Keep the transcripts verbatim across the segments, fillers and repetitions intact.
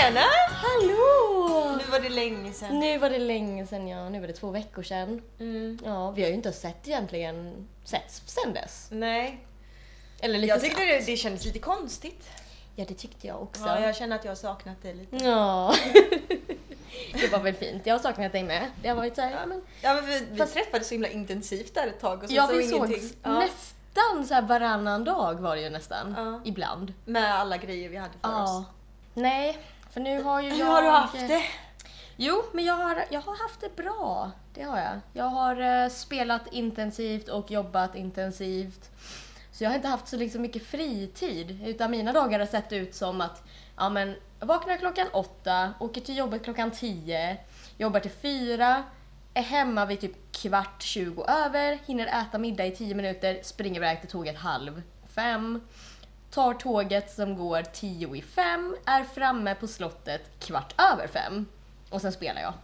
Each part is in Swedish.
Tjena! Hallå! Nu var det länge sedan. Nu var det länge sedan, ja. Nu var det två veckor sedan. Mm. Ja, vi har ju inte sett egentligen sett sen dess. Nej. Eller lite Jag tyckte snabbt. det, det kändes lite konstigt. Ja, det tyckte jag också. Ja, jag känner att jag har saknat dig lite. Ja. Det var väl fint. Jag har saknat dig med. Det har varit så här, ja men... Ja, men vi, vi Fast- träffades så himla intensivt där ett tag och så, Ja, så vi ingenting. sågs Ja. nästan så här varannan dag var det ju nästan. Ja. Ibland. Med alla grejer vi hade för Ja. oss. Nej, för nu har ju jag... Hur har du haft det? Jo, men jag har, jag har haft det bra. Det har jag. Jag har eh, spelat intensivt och jobbat intensivt. Så jag har inte haft så liksom mycket fritid. Utan mina dagar har sett ut som att ja, men, jag vaknar klockan åtta, åker till jobbet klockan tio, jobbar till fyra, är hemma vid typ kvart tjugo över, hinner äta middag i tio minuter, springer iväg till tåget halv fem. Tar tåget som går tio i fem, är framme på slottet kvart över fem. Och sen spelar jag.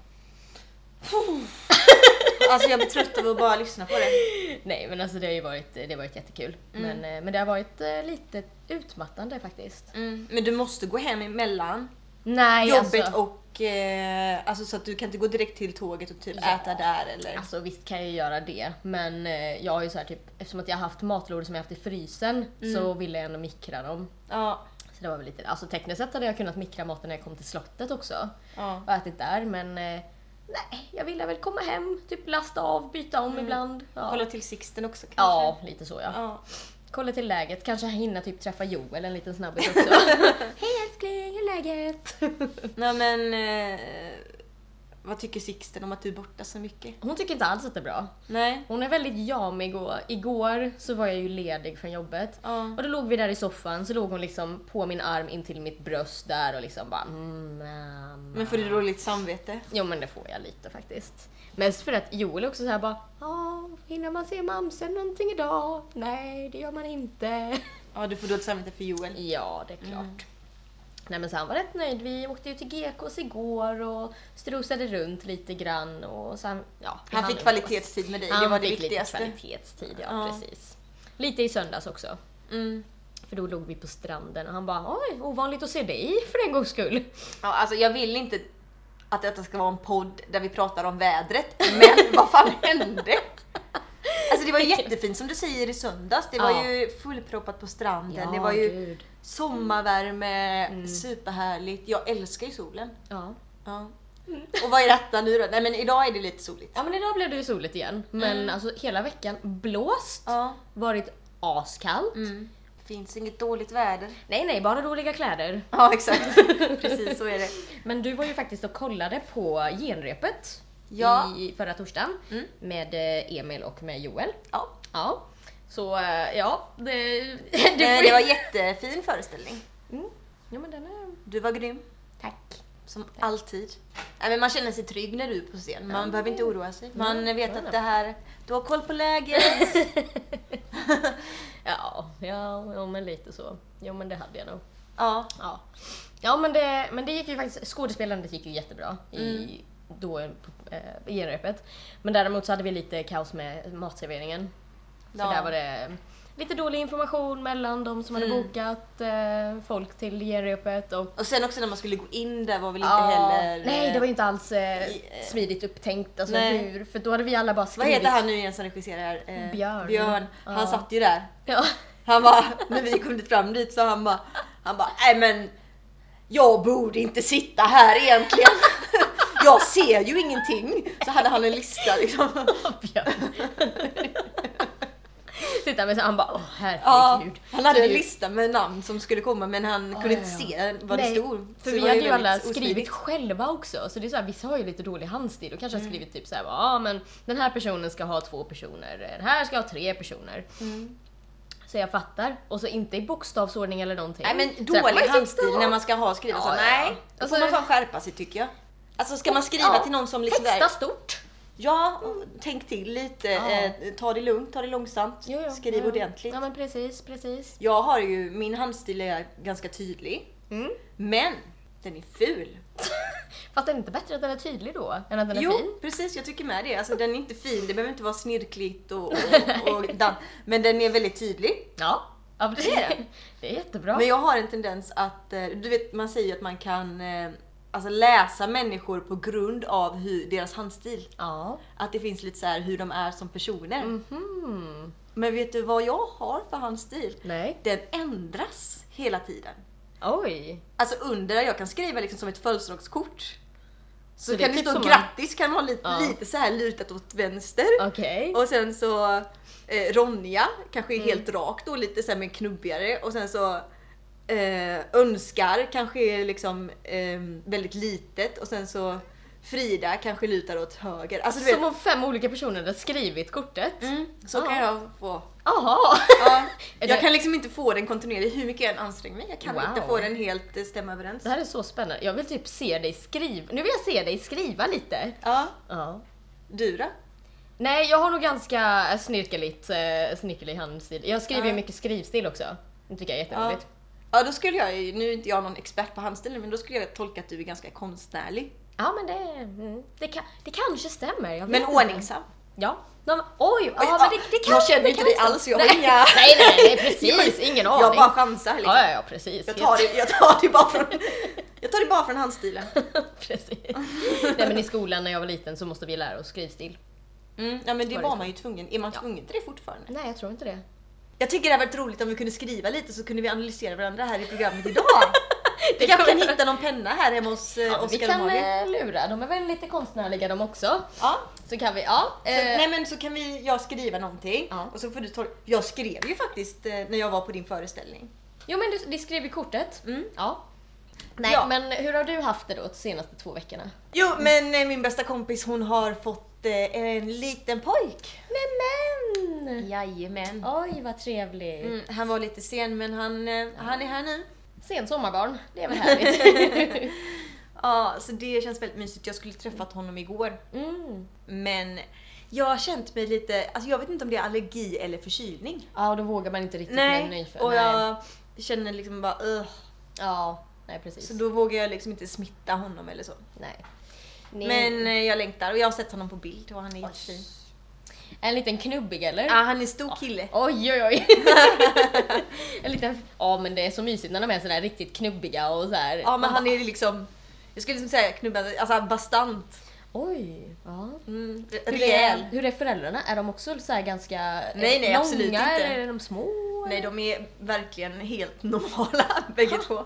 Alltså jag blir trött av att bara lyssna på det. Nej, men alltså det har ju varit, det har varit jättekul. Mm. Men, eh, men det har varit eh, lite utmattande faktiskt. Mm. Men du måste gå hem emellan Nej, jobbet alltså, och eh, alltså så att du kan inte gå direkt till tåget och typ Ja. äta där eller. alltså visst kan jag ju göra det. Men eh, jag har ju så här typ, eftersom att jag har haft matlådor som jag haft i frysen Mm. så ville jag ändå mikra dem. Ja. Så det var väl lite, alltså tekniskt sett hade jag kunnat mikra maten när jag kom till slottet också. Ja. Och ätit där, men eh, nej, jag ville väl komma hem, typ lasta av, byta om Mm. ibland. Ja. Kolla till Sixten också kanske. Ja, lite så ja. Ja. Kolla till läget, kanske hinna typ träffa Joel en liten snabbis också. Hej älskling, hur är läget? Nej men eh, vad tycker Sixten om att du är borta så mycket? Hon tycker inte alls att det är bra. Nej. Hon är väldigt jamig och igår så var jag ju ledig från jobbet. Ja. Och då låg vi där i soffan, så låg hon liksom på min arm in till mitt bröst där och liksom bara mm, mamma. Men får du dåligt samvete? Jo men det får jag lite faktiskt. Mest för att Joel också så här bara ja, hinner man se mamsen någonting idag? Nej, det gör man inte. Ja, du får dåligt samvete för Joel. Ja, det är klart. Mm. Nej men så han var rätt nöjd. Vi åkte ju till G K:s igår och strosade runt lite grann och sen, ja. vi Han hann fick umgås. kvalitetstid med dig, Han det var det fick viktigaste. lite kvalitetstid, ja, Ja. precis. Lite i söndags också. Mm. För då låg vi på stranden och han bara oj, ovanligt att se dig för en gångs skull. Ja, alltså jag vill inte att detta ska vara en podd där vi pratar om vädret, men vad fan hände? Alltså det var jättefint som du säger i söndags, det var Ja. ju fullproppat på stranden, Ja, det var ju gud. sommarvärme, Mm. superhärligt. Jag älskar ju solen. Ja. Ja. Och vad är detta nu då? Nej men idag är det lite soligt. Ja men idag blev det ju soligt igen. Men Mm. alltså hela veckan blåst, Ja. varit askallt. Mm. Finns inget dåligt väder. Nej nej, bara dåliga kläder. Ja exakt, precis så är det. Men du var ju faktiskt och kollade på genrepet Ja. i förra torsdagen Mm. med eh, Emil och med Joel. Ja. Ja, så eh, ja, det, det, Eh, Det var en jättefin föreställning. Mm. Ja men den är... Du var grym. Tack. Som alltid. Nej, men man känner sig trygg när du är på scen. Man Ja. behöver inte oroa sig. Man Nej, vet nej, att nej. det här, du har koll på läget. Ja, ja, ja, men lite så. Jo men det hade jag nog. Ja. Ja, ja men, det, men det gick ju faktiskt, skådespelandet gick ju jättebra i, Mm. då, eh, i genrepet. Men däremot så hade vi lite kaos med matserveringen. För Ja. där var det lite dålig information mellan de som hade Mm. bokat eh, folk till genrepet och Och sen också när man skulle gå in där var väl inte Ja, heller... nej, det var ju inte alls eh, i- eh, smidigt upptänkt. Alltså, nej. hur, för då hade vi alla bara Vad skrivit... heter han nu igen som regisserar? Eh, Björn. Björn. Han Ja. satt ju där. Ja. Han bara, när vi kom dit fram dit så han bara, han bara, nej men jag borde inte sitta här egentligen. Jag ser ju ingenting. Så hade han en lista liksom. Björn. Titta men så han bara, åh Ja, herregud. han hade Så en det- lista med namn som skulle komma men han Ja, kunde ja, inte ja. se vad Nej, det stod. För Så vi det var hade ju alla väldigt skrivit osmidigt. själva också. Så det är så här, vissa har ju lite dålig handstil och kanske Mm. har skrivit typ så här, ja men den här personen ska ha två personer, den här ska ha tre personer. Mm. Så jag fattar. Och så inte i bokstavsordning eller någonting. Nej men Så där får man dålig ju sitta handstil och- när man ska ha skriva Ja, så. ja. Nej, då Alltså- får man fan skärpa sig tycker jag. Alltså ska man skriva Ja, till någon som liksom texta där, stort. ja, och tänk till lite, Ja. eh, ta det lugnt, ta det långsamt, Jo, jo, skriv jo, jo. ordentligt. Ja men precis, precis. Jag har ju, min handstil är ganska tydlig, Mm. men den är ful. Fast är det inte bättre att den är tydlig då, än att den är Jo, fin? precis, jag tycker med det. Alltså den är inte fin, det behöver inte vara snirkligt och, och, och dan- men den är väldigt tydlig. Ja. Ja, det är, det är jättebra. Men jag har en tendens att, eh, du vet, man säger att man kan eh, alltså läsa människor på grund av hur, deras handstil. Ja. Att det finns lite så här hur de är som personer. Mhm. Men vet du vad jag har för handstil? Nej. Den ändras hela tiden. Oj. Alltså under, jag kan skriva liksom som ett födelsedagskort. Så, Så det kan är det typ stå som en- grattis, kan vara lite, Ja. lite så här lutat åt vänster. Okej. Och sen så eh, Ronja, kanske Mm. helt rakt då, lite så här mer knubbigare. Och sen så eh, önskar, kanske är liksom eh, väldigt litet. Och sen så Frida kanske lutar åt höger. Alltså du vet, Som om fem olika personer hade skrivit kortet. mm, så Ja. kan jag få. Jaha. Ja, Är jag det- kan liksom inte få den kontinuerligt hur mycket jag än anstränger mig. Jag kan Wow. inte få den helt eh, stämma överens. Det här är så spännande. Jag vill typ se dig skriva. Nu vill jag se dig skriva lite. Ja, Ja. du då? Nej, jag har nog ganska snirkeligt, eh, snirkelig handstil. Jag skriver ju Ja. mycket skrivstil också. Det tycker jag är Ja. jätteroligt. Ja, då skulle jag ju, nu är inte jag någon expert på handstilen, men då skulle jag tolka att du är ganska konstnärlig. Ja, men det, mm, det, kan, det kanske stämmer. Jag vet Men inte. ordningsam. Ja. De, oj, ja, Oj, men ja, det, det kan jag känner det inte kan dig stämma. alls, jag har nej, inga- nej, nej, nej, precis. Ingen aning. Jag bara chansar liksom. Ja, ja, ja, precis. Jag tar det, jag tar det bara från, jag tar det bara från handstilen. Precis. Nej, men i skolan när jag var liten så måste vi lära oss skrivstil. Mm, ja, men det Var det var så? man ju tvungen. Är man Ja. tvungen till det fortfarande? Nej, jag tror inte det. Jag tycker det hade varit roligt om vi kunde skriva lite, så kunde vi analysera varandra här i programmet idag. Vi Det kanske kan kan vi- hitta någon penna här hemma hos eh, Ja, men vi Oskar kan och Malin. eh, lura. De är väl lite konstnärliga de också. Ja. Så kan vi, ja. Så, Eh, nej men så kan vi, jag skriva någonting Ja. och så får du tolka. Jag skrev ju faktiskt eh, när jag var på din föreställning. Jo, men du, du skrev i kortet. Mm. Ja. Nej, Ja. men hur har du haft det då de senaste två veckorna? Jo, men eh, min bästa kompis, hon har fått eh, en liten pojk. Nämen! Jajamän. Oj, vad trevligt. Mm, han var lite sen, men han, eh, han är här nu. Sen sommarbarn, det är väl härligt. Ja, så det känns väldigt mysigt. Jag skulle träffat honom igår. mm. Men jag har känt mig lite, alltså jag vet inte om det är allergi eller förkylning. Ja, då vågar man inte riktigt med Nej, nyfödd. och Nej. jag känner liksom bara uh, Ja, nej precis. så då vågar jag liksom inte smitta honom eller så. Nej. Nej. Men eh, jag längtar och jag har sett honom på bild och han är jättefin. En liten knubbig eller? Ja, han är stor kille. Oj, oj, oj. En liten... Ja, men det är så mysigt när de är sådär riktigt knubbiga och så här. Ja, men han är liksom, jag skulle liksom säga knubbad, alltså bastant. Oj, ja. Mm, Hur rejäl. är, hur är föräldrarna? Är de också så här ganska Nej, nej, långa absolut inte. eller är de små? Nej, de är verkligen helt normala bägge två.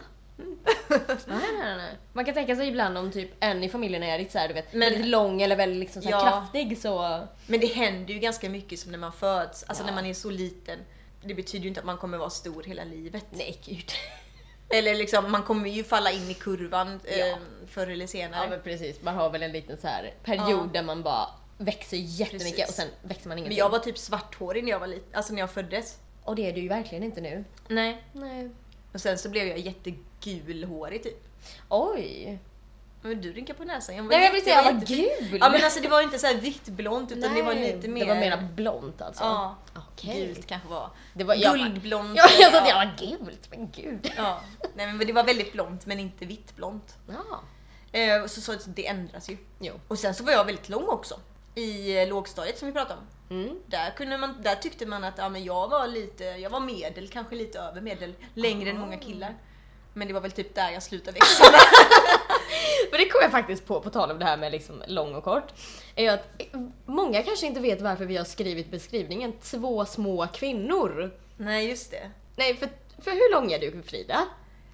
Nej, nej, nej. Man kan tänka sig ibland om typ en i familjen är lite så här, du vet, Men- väldigt lång eller väldigt liksom så här Ja. kraftig så... Men det händer ju ganska mycket som när man föds, alltså Ja. när man är så liten. Det betyder ju inte att man kommer vara stor hela livet. Nej, gud. Eller liksom, man kommer ju falla in i kurvan eh, Ja. förr eller senare. Ja, men precis. Man har väl en liten så här period Ja. där man bara växer jättemycket Precis. och sen växer man Men ingenting. jag var typ svarthårig när jag var liten, alltså när jag föddes. Och det är du ju verkligen inte nu. Nej. Nej. Och sen så blev jag jättegulhårig typ. Oj. Men du rynkar på näsan. Jag var Nej, men jag vill jätte- säga jag var var jätte- gul. Ja, men alltså det var inte så här vitt blont utan det var Nej, lite mer... Det var mer blont alltså. Ja, Okej. gult kanske var. Det var jag, Guldblont. Ja, jag sa att ja. jag var gult, men gud. Ja. Nej, men det var väldigt blont men inte vitt blont. Ja. Eh, så, så det ändras ju. Jo. Och sen så var jag väldigt lång också. I eh, lågstadiet som vi pratade om. Mm. Där, kunde man, där tyckte man att ja, men jag var lite, jag var medel, kanske lite över medel, längre än många killar. Men det var väl typ där jag slutade växa. Men det kom jag faktiskt på, på tal om det här med liksom lång och kort. Är att många kanske inte vet varför vi har skrivit beskrivningen två små kvinnor. Nej, just det. Nej, för, för hur lång är du, Frida?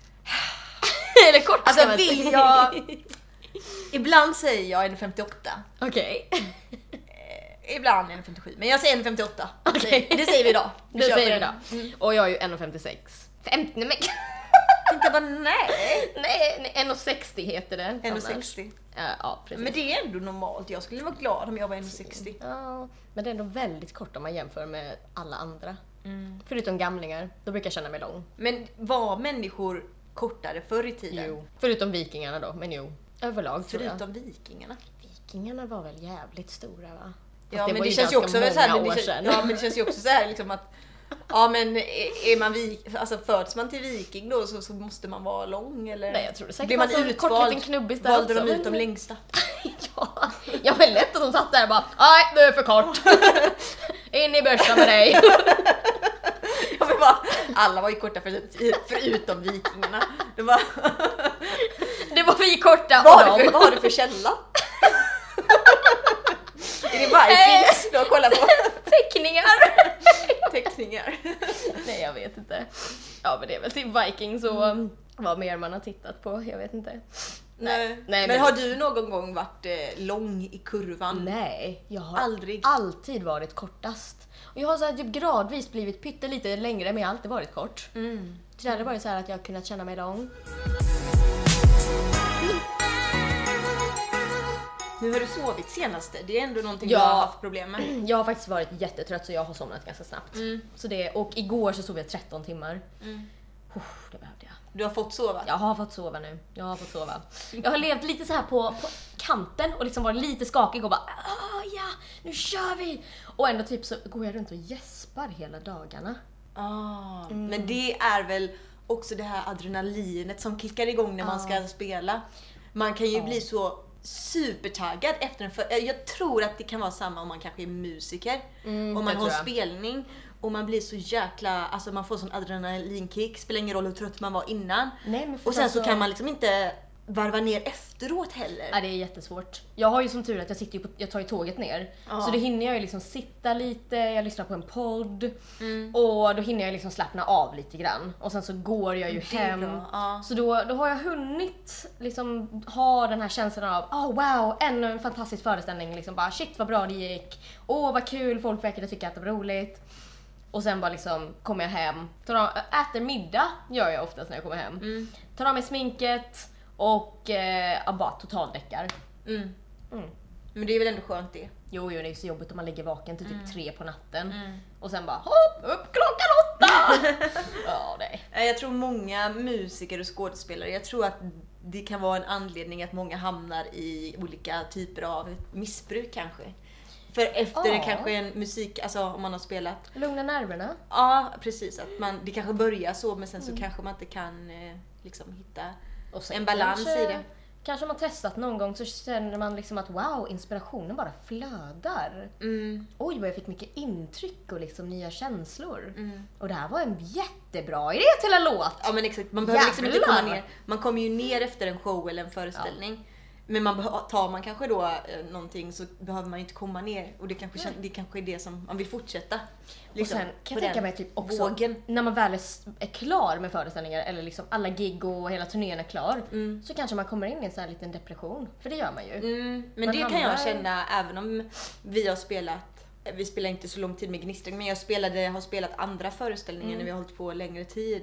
Eller kort ska Alltså man vill säga. jag... Ibland säger jag en femtioåtta. Okej. Eh, Ibland en femtiosju. Men jag säger en femtioåtta. Okej. Det säger vi idag. Vi Det kör på säger vi den. då. Mm. Och jag är ju en komma femtiosex. femtio, men... Jag tänkte bara nej. Nej, en komma sextio heter det. en komma annars. sextio. Ja, ja, precis. Men det är ändå normalt. Jag skulle vara glad om jag var en komma sextio. Ja, men det är ändå väldigt kort om man jämför med alla andra. Mm. Förutom gamlingar, då brukar jag känna mig lång. Men var människor kortare förr i tiden? Jo. Förutom vikingarna då, men jo. Överlag tror jag. Förutom vikingarna. Vikingarna var väl jävligt stora va? Fast Ja, men var det känns ju också ganska så här, många men år det, sedan. känns, ja, men det känns ju också så här liksom att ja, men är är man vik, alltså föds man till viking då så, så måste man vara lång eller? Nej, jag tror det säkert blir var man så en kort utvald? liten knubbis där Valde också, de ut men- de längsta? ja, ja, men lätt att de satt där och bara nej, du är för kort. In i börsen med dig. Jag vill bara, Alla var ju korta för, förutom vikingarna. Det var, det var vi korta vad, och har du för, dem. vad har du för källa? Är det Vikings du har kollat på? Teckningar. Teckningar. Nej, jag vet inte. Ja, men det är väl typ Vikings och mm. vad mer man har tittat på, jag vet inte. Nej. Nej, men, men har du någon gång varit eh, lång i kurvan? Nej, jag har Aldrig. alltid varit kortast. Och jag har så här, typ gradvis blivit pyttelite längre, men jag har alltid varit kort. Mm. Så det hade varit så här att jag kunnat känna mig lång. Hur har du sovit senaste? Det är ändå någonting Ja. du har haft problem med. Jag har faktiskt varit jättetrött så jag har somnat ganska snabbt. Mm. Så det, och igår så sov jag tretton timmar. Mm. Uff, det behövde jag. Du har fått sova? Jag har fått sova nu. Jag har fått sova. Jag har levt lite så här på, på kanten och liksom varit lite skakig och bara ah, ja, nu kör vi! Och ändå typ så går jag runt och gäspar hela dagarna. Ah, Mm. Men det är väl också det här adrenalinet som kickar igång när man ska spela. Man kan ju Ja. bli så supertaggad efter en för... Jag tror att det kan vara samma om man kanske är musiker. Mm, om det man har tror jag. spelning och man blir så jäkla, alltså man får sån adrenalinkick, spelar ingen roll hur trött man var innan. Nej, men för Och sen alltså- så kan man liksom inte varva ner efteråt heller. Ja, det är jättesvårt. Jag har ju som tur att jag sitter ju på, jag tar ju tåget ner. Ja. Så då hinner jag ju liksom sitta lite, jag lyssnar på en podd. Mm. Och då hinner jag liksom slappna av lite grann. Och sen så går jag ju Det är hem. bra, ja. Så då, då har jag hunnit liksom ha den här känslan av oh wow, ännu en fantastisk föreställning. Liksom bara shit vad bra det gick. Åh vad kul, folk verkade tycka att det var roligt. Och sen bara liksom kommer jag hem, tar av, äter middag gör jag oftast när jag kommer hem. Mm. Tar av mig sminket och eh, ja, bara totaldäckar. Mm. Mm. Men det är väl ändå skönt det. Jo, jo, det är så jobbigt om man ligger vaken till typ tre på natten. Mm. Och sen bara hopp, upp klockan åtta! Ja, nej. Eh, Jag tror många musiker och skådespelare, jag tror att det kan vara en anledning att många hamnar i olika typer av missbruk kanske. För efter Ja. kanske en musik, alltså om man har spelat. Lugna nerverna. Ja, precis. Att man, det kanske börjar så, men sen så kanske man inte kan eh, liksom hitta Och sen en balans kanske, i det. Kanske man testat någon gång så känner man liksom att wow, inspirationen bara flödar. Mm, Oj, vad jag fick mycket intryck och liksom nya känslor. mm. Och det här var en jättebra idé till en låt. Ja men exakt, man behöver liksom inte Jävlar. komma ner. Man kommer ju ner efter en show eller en föreställning. Men man beh- tar man kanske då eh, någonting så behöver man ju inte komma ner. Och det kanske, kän- det kanske är det som man vill fortsätta. Liksom, och sen kan på jag tänka den mig typ också vågen. när man väl är, s- är klar med föreställningar eller liksom alla gig och hela turnén är klar Mm. så kanske man kommer in i en sån här liten depression. För det gör man ju. Mm, men Man det kan jag hamnar- känna även om vi har spelat, vi spelar inte så lång tid med Gnistring, men jag spelade, har spelat andra föreställningar Mm. när vi har hållit på längre tid.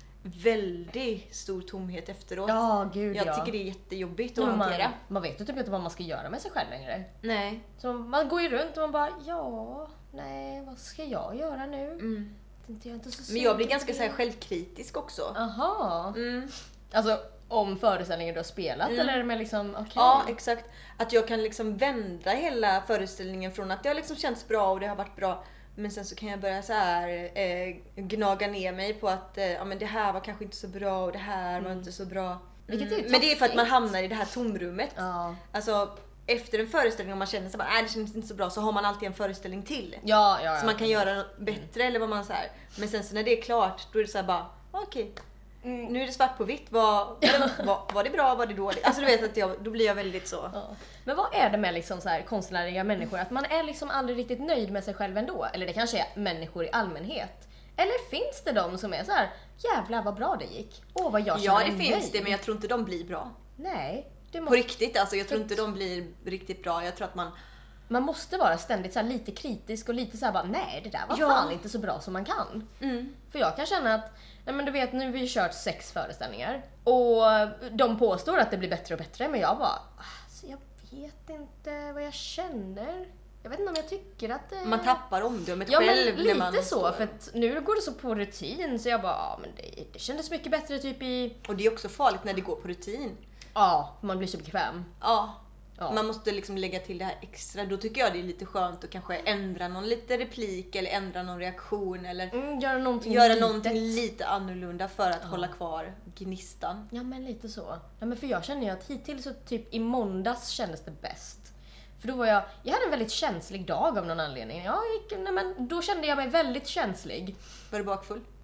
Väldigt stor tomhet efteråt. Ja, gud jag ja. tycker det är jättejobbigt Ja, att men man, hantera. man vet ju typ inte vad man ska göra med sig själv längre. Nej. Så man går ju runt och man bara, ja, nej, vad ska jag göra nu? Mm. Tänkte jag inte så Men jag blir sugen ganska på så här det. självkritisk också. Aha. Mm. Alltså om föreställningen du har spelat Mm. eller med liksom, okej. Ja, exakt. Att jag kan liksom vända hela föreställningen från att det har liksom känts bra och det har varit bra. Men sen så kan jag börja så här eh, gnaga ner mig på att eh, ja, men det här var kanske inte så bra och det här var inte så bra. Vilket är ju Men det är för att man taskigt. hamnar i det här tomrummet. Ja. Alltså efter en föreställning om man känner sig bara, nej det känns inte så bra, så har man alltid en föreställning till. Ja, ja, ja. Så man kan göra något bättre eller vad man så här. Men sen så när det är klart då är det så här bara, okej. Mm. Nu är det svart på vitt. Var, var, var, var det bra? Var det dåligt? Alltså du vet att jag, då blir jag väldigt så. Ja. Men vad är det med liksom så här konstnärliga människor? Att man är liksom aldrig riktigt nöjd med sig själv ändå? Eller det kanske är människor i allmänhet? Eller finns det de som är så här, jävlar vad bra det gick? Åh vad jag Ja känner det mig finns nöjd." det, men jag tror inte de blir bra. Nej, det På måste, riktigt alltså, jag tror inte de blir riktigt bra. Jag tror att man... man måste vara ständigt så här lite kritisk och lite så här bara, nej det där var Ja. fan inte så bra som man kan. Mm. För jag kan känna att, nej men du vet nu har vi kört sex föreställningar och de påstår att det blir bättre och bättre men jag bara, alltså jag vet inte vad jag känner. Jag vet inte om jag tycker att det... Man tappar omdömet Ja men själv när man lite så, står. för att nu går det så på rutin så jag bara, ja men det, det kändes mycket bättre typ i... Och det är också farligt när det går på rutin. Ja, man blir så bekväm. Ja. Ja. Man måste liksom lägga till det här extra. Då tycker jag det är lite skönt att kanske ändra någon liten replik eller ändra någon reaktion eller Mm, göra någonting göra litet. någonting lite annorlunda för att hålla kvar gnistan. Ja men lite så. Ja, men för jag känner ju att hittills så typ i måndags kändes det bäst. För då var jag, jag hade en väldigt känslig dag av någon anledning. Jag gick, nej men då kände jag mig väldigt känslig. Var du bakfull?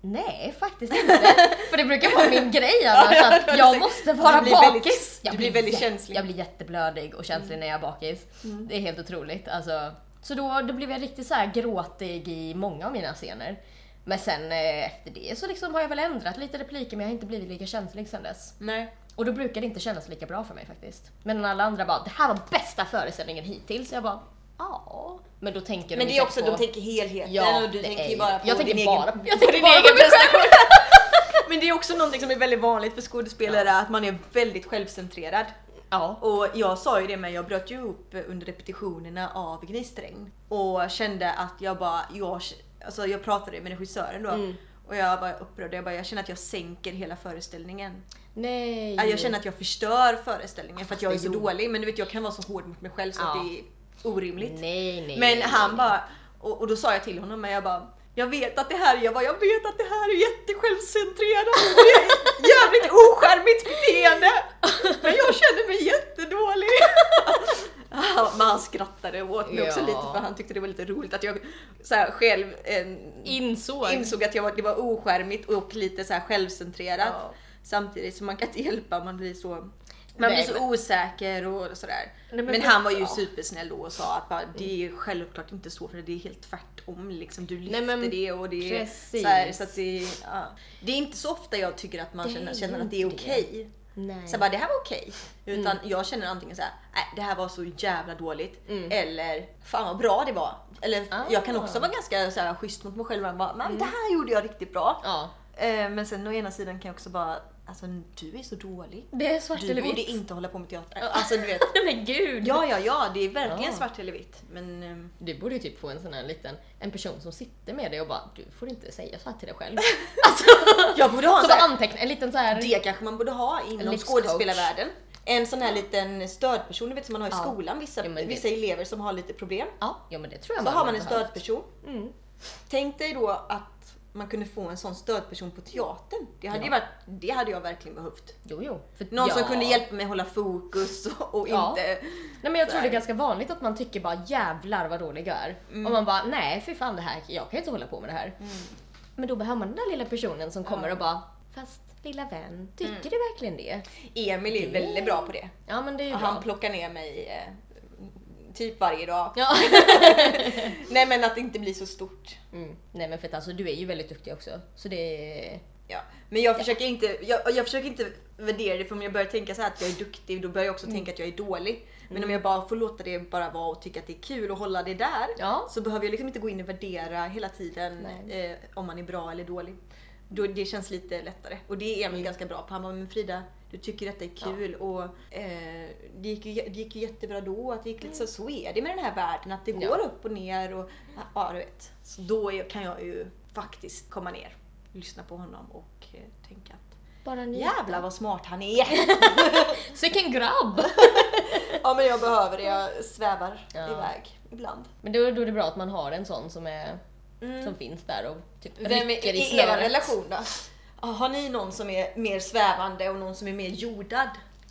Nej, faktiskt inte. För det brukar vara min grej annars, att jag måste vara du bakis. Väldigt, jag du blir väldigt känslig. Jag blir jätteblödig och känslig mm. när jag är bakis. Mm. Det är helt otroligt. Alltså, så då, då blev jag riktigt så här gråtig i många av mina scener. Men sen eh, efter det så liksom har jag väl ändrat lite repliker, men jag har inte blivit lika känslig sen dess. Nej. Och då brukar det inte kännas lika bra för mig faktiskt. Men alla andra bara, det här var bästa föreställningen hittills. Så jag bara, ja. Men då tänker Men de det är också, på... de tänker helheten ja, och du tänker ju är... bara på jag tänker din bara, egen, jag tänker din bara egen på mig prestation. själv. Men det är också någonting som är väldigt vanligt för skådespelare, ja. Att man är väldigt självcentrerad. Ja. Och jag sa ju det, men jag bröt ju upp under repetitionerna av Gnistregn. Och kände att jag bara, jag, alltså jag pratade med regissören då. Mm. Och jag var upprörd, jag bara, jag känner att jag sänker hela föreställningen. Nej. Jag känner att jag förstör föreställningen för att jag är så dålig. Men du vet, jag kan vara så hård mot mig själv så ja. Att det är orimligt. Nej, nej, men nej, han nej. bara, och, och då sa jag till honom, men jag bara, jag vet att det här, jag bara, jag vet att det här är jättesjälvcentrerat. Det är jävligt oskärmigt beteende. Men jag känner mig jättedålig. Men han skrattade åt mig ja. Också lite, för han tyckte det var lite roligt att jag så här, själv eh, insåg. insåg att jag var, det var oskärmigt och lite så här självcentrerat. Ja. Samtidigt som man kan inte hjälpa, man blir så man Nej, blir så men... osäker och sådär. Nej, men men han var ju supersnäll då och sa att bara, det är självklart inte så, för det är helt tvärtom liksom. Du lyfter Nej, men... det och det är så, här, så att det, ja. Det är inte så ofta jag tycker att man känner, känner att det är okej. Okay. Nej. Så bara, det här var okej. Okay. Utan mm. jag känner antingen så här, nej, det här var så jävla dåligt. Mm. Eller, fan vad bra det var. Eller ah. jag kan också vara ganska så här, schysst mot mig själv. Och bara, men mm. det här gjorde jag riktigt bra. Ah. Eh, men sen å ena sidan kan jag också bara, alltså du är så dålig. Det är svart du eller vitt. Du borde inte hålla på med teater. Alltså du vet. Men gud. Ja, ja, ja. Det är verkligen ja. Svart eller vitt. Men, um... du borde ju typ få en sån här liten, en person som sitter med dig och bara, du får inte säga så här till dig själv. Alltså, jag borde ha en så bara anteckna, en liten så här. Det kanske man borde ha inom skådespelarvärlden. En sån här liten stödperson, du vet, som man har i ja. Skolan. Vissa, ja, det... vissa elever som har lite problem. Ja, ja men det tror jag så man har man en stödperson. Mm. Tänk dig då att man kunde få en sån stödperson på teatern. Det hade, ja. varit, det hade jag verkligen behövt. Jo, jo. För någon ja. Som kunde hjälpa mig hålla fokus och, och ja. Inte... Nej, men jag tror det är ganska vanligt att man tycker bara, jävlar vad dålig jag är. Mm. Och man bara, nej för fan det här, jag kan inte hålla på med det här. Mm. Men då behöver man den där lilla personen som kommer ja. Och bara, fast lilla vän, tycker mm. du verkligen det? Emil är det... väldigt bra på det. Ja, men det är ju och bra. Han plockar ner mig eh, typ varje dag. Ja. Nej, men att det inte blir så stort. Mm. Nej, men för att alltså, du är ju väldigt duktig också. Så det är... Ja, men jag försöker, ja. inte, jag, jag försöker inte värdera det, för om jag börjar tänka så här att jag är duktig, då börjar jag också mm. tänka att jag är dålig. Men mm. om jag bara får låta det bara vara och tycka att det är kul och hålla det där, ja. Så behöver jag liksom inte gå in och värdera hela tiden eh, om man är bra eller dålig. Då, det känns lite lättare. Och det är Emil mm. ganska bra på. Han bara, men Frida, du tycker detta är kul. Ja. Och eh, det, gick ju, det gick ju jättebra då. Att det gick lite så, så är det med den här världen. Att det går ja. Upp och ner. Och, ja, du vet. Så då är, kan jag ju faktiskt komma ner. Lyssna på honom och eh, tänka att bara jävlar vad smart han är. Sicken grabb. Ja, men jag behöver det. Jag svävar ja. Iväg ibland. Men då, då är det bra att man har en sån som är... Mm. Som finns där och typ Vem är, i, i era relation då? Har ni någon som är mer svävande och någon som är mer jordad?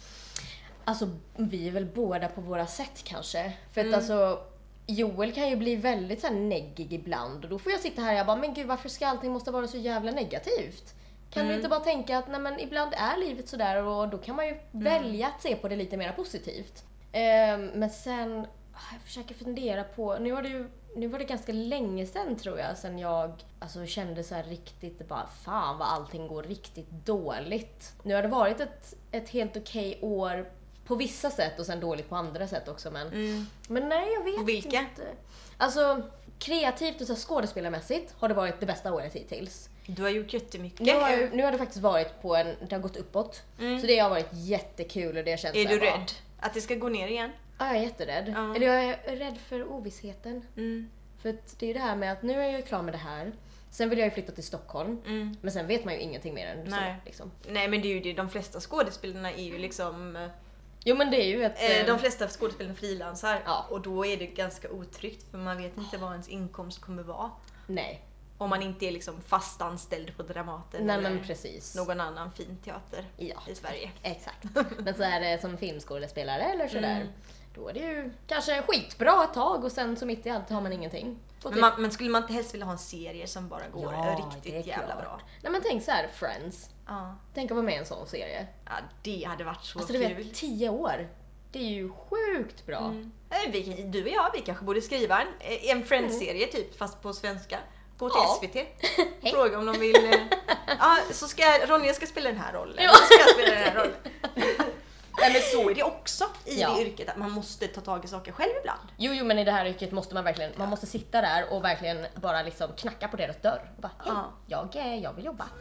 Alltså vi är väl båda på våra sätt kanske. För att mm. alltså Joel kan ju bli väldigt så här neggig ibland och då får jag sitta här och jag bara, men gud varför ska allting måste vara så jävla negativt? Kan mm. du inte bara tänka att nej, men ibland är livet sådär och då kan man ju mm. välja att se på det lite mer positivt. Um, men sen jag försöker fundera på, nu har det ju Nu var det ganska länge sedan tror jag, sen jag alltså, kände så här riktigt bara, fan vad allting går riktigt dåligt. Nu har det varit ett, ett helt okej år på vissa sätt och sen dåligt på andra sätt också. Men, mm. men nej, jag vet Vilka? inte. Alltså kreativt och så skådespelarmässigt har det varit det bästa året hittills. Du har gjort jättemycket. Nu har, nu har det faktiskt varit på en, det har gått uppåt. Mm. Så det har varit jättekul och det känns. Är du rädd bara, att det ska gå ner igen? Ja, jag är jätterädd. Ja. Eller jag är rädd för ovissheten. Mm. För att det är det här med att nu är jag klar med det här. Sen vill jag ju flytta till Stockholm. Mm. Men sen vet man ju ingenting mer än Nej. så. Liksom. Nej, men det är ju det. De flesta skådespelarna är ju liksom... Jo, men det är ju ett... Eh, de flesta skådespelarna frilansar. Ja. Och då är det ganska otryggt. För man vet inte vad ens inkomst kommer vara. Nej. Om man inte är liksom fast anställd på Dramaten. Nej, eller men precis. någon annan fin teater ja. i Sverige. Exakt. Men så är det som filmskådespelare eller sådär. då är det ju kanske skitbra ett tag och sen så mitt i allt har man ingenting. Men, typ. man, men skulle man inte helst vilja ha en serie som bara går ja, riktigt jävla klart. bra? Nej men tänk så här, Friends. Ja. Tänk att vara med i en sån serie. Ja, det hade varit så alltså, kul. Alltså du vet, tio år. Det är ju sjukt bra. Mm. Vi, du och jag, vi kanske borde skriva en, en Friends-serie typ, fast på svenska. Gå till ja. S V T. Fråga om de vill... Ja, så ska Ronja ska spela den här rollen. Ja. Så ska jag spela den här rollen. Nej, men så är det också i ja. det yrket, att man måste ta tag i saker själv ibland. Jo, jo, men i det här yrket måste man verkligen, man måste sitta där och verkligen bara liksom knacka på deras dörr. Och bara, hej, ja. jag, jag vill jobba.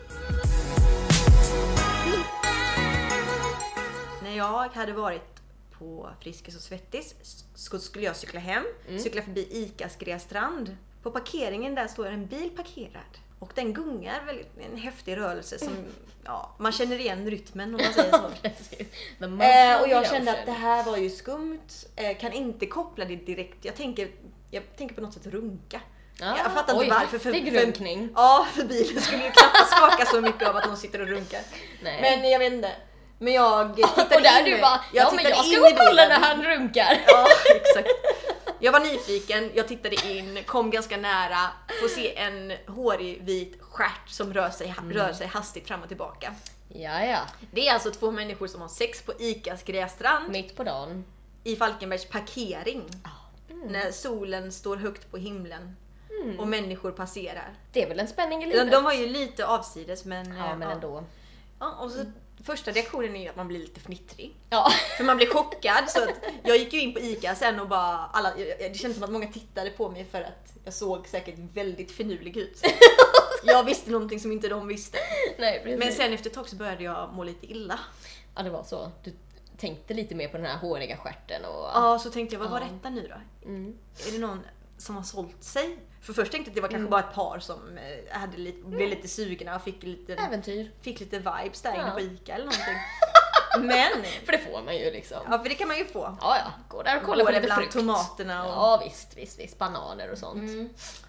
När jag hade varit på Friskis och Svettis så skulle jag cykla hem, mm. cykla förbi Ica Skreastrand. På parkeringen där står en bil parkerad. Och den gungar väldigt, en häftig rörelse som, ja, man känner igen rytmen om man säger så. eh, och jag kände att det här var ju skumt, eh, kan inte koppla det direkt. Jag tänker, jag tänker på något sätt runka. Ah, jag fattar oj, inte varför. För, runkning. För, ja, för bilen skulle ju knappast skaka så mycket av att någon sitter och runkar. Nej. Men jag vet inte. Men jag tittade och där in, du bara, jag ja men jag ska gå gå och kolla när han runkar. Ja, exakt. Jag var nyfiken, jag tittade in, kom ganska nära, får se en hårig vit stjärt som rör sig, mm. rör sig hastigt fram och tillbaka. Ja, ja. Det är alltså två människor som har sex på Icas grässtrand. Mitt på dagen. I Falkenbergs parkering. Mm. När solen står högt på himlen. Mm. Och människor passerar. Det är väl en spänning i livet. De, de var ju lite avsides, men... Ja, men ja. ändå. Ja, och så... Mm. Första reaktionen är ju att man blir lite fnittrig. Ja. För man blir chockad. Så att jag gick ju in på Ica sen och bara... Alla, det kändes som att många tittade på mig för att jag såg säkert väldigt finurlig ut. Jag visste någonting som inte de visste. Nej, precis. Men sen efter ett tag så började jag må lite illa. Ja, det var så. Du tänkte lite mer på den här håriga stjärten och... Ja, så tänkte jag, vad var ja. detta nu då? Mm. Är det någon som har sålt sig? För först tänkte jag att det var kanske mm. bara ett par som hade lite, blev lite sugna och fick lite... Äventyr. Fick lite vibes där ja. inne på Ica eller någonting. Men... För det får man ju liksom. Ja, för det kan man ju få. Ja, ja. Gå där och kolla på lite bland frukt. Tomaterna och... Ja, visst, visst, visst. Bananer och sånt. Mm.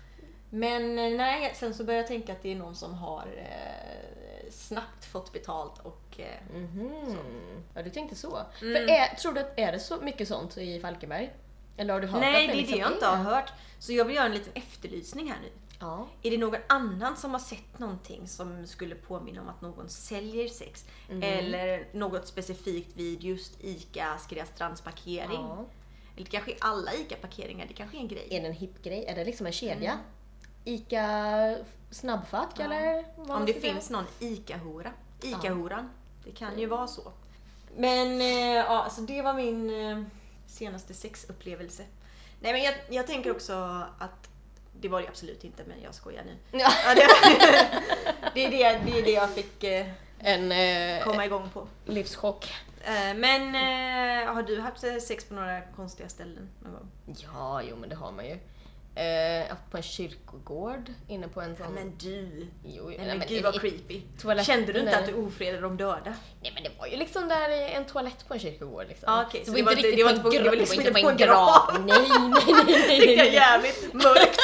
Men nej, sen så började jag tänka att det är någon som har eh, snabbt fått betalt och eh, mm-hmm. så. Ja, du tänkte så. Mm. För är, tror du att är det så mycket sånt i Falkenberg? Eller har du hört nej, att det, det är liksom det jag inte har hört. Så jag vill göra en liten efterlysning här nu. Ja. Är det någon annan som har sett någonting som skulle påminna om att någon säljer sex? Mm. Eller något specifikt vid just Ica Skreastrands parkering? Ja. Eller kanske i alla Ica-parkeringar, det kanske är en grej. Är det en hipp grej? Är det liksom en kedja? Mm. Ica snabbfack ja. Eller? Vad om det finns någon Ica-hora. Ica-horan. Det kan mm. ju vara så. Men eh, ja, alltså det var min eh, senaste sexupplevelse. Nej, men jag, jag tänker också att det var det absolut inte, men jag skojar nu. Ja. Ja, det, det, är det, det är det jag fick eh, en, eh, komma igång på. Livschock. Eh, men eh, har du haft sex på några konstiga ställen någon gång? Ja, jo men det har man ju. Eh, på en kyrkogård, inne på en sån... Ja, men du! Jo, nej, men, men gud vad creepy. Kände du inte att du ofredade de döda? Nej, men det var ju liksom där en toalett på en kyrkogård liksom. Ah, okay. Så det var inte riktigt på en grav. Det var inte på en grav. Nej, nej, nej, nej. Det är jävligt mörkt.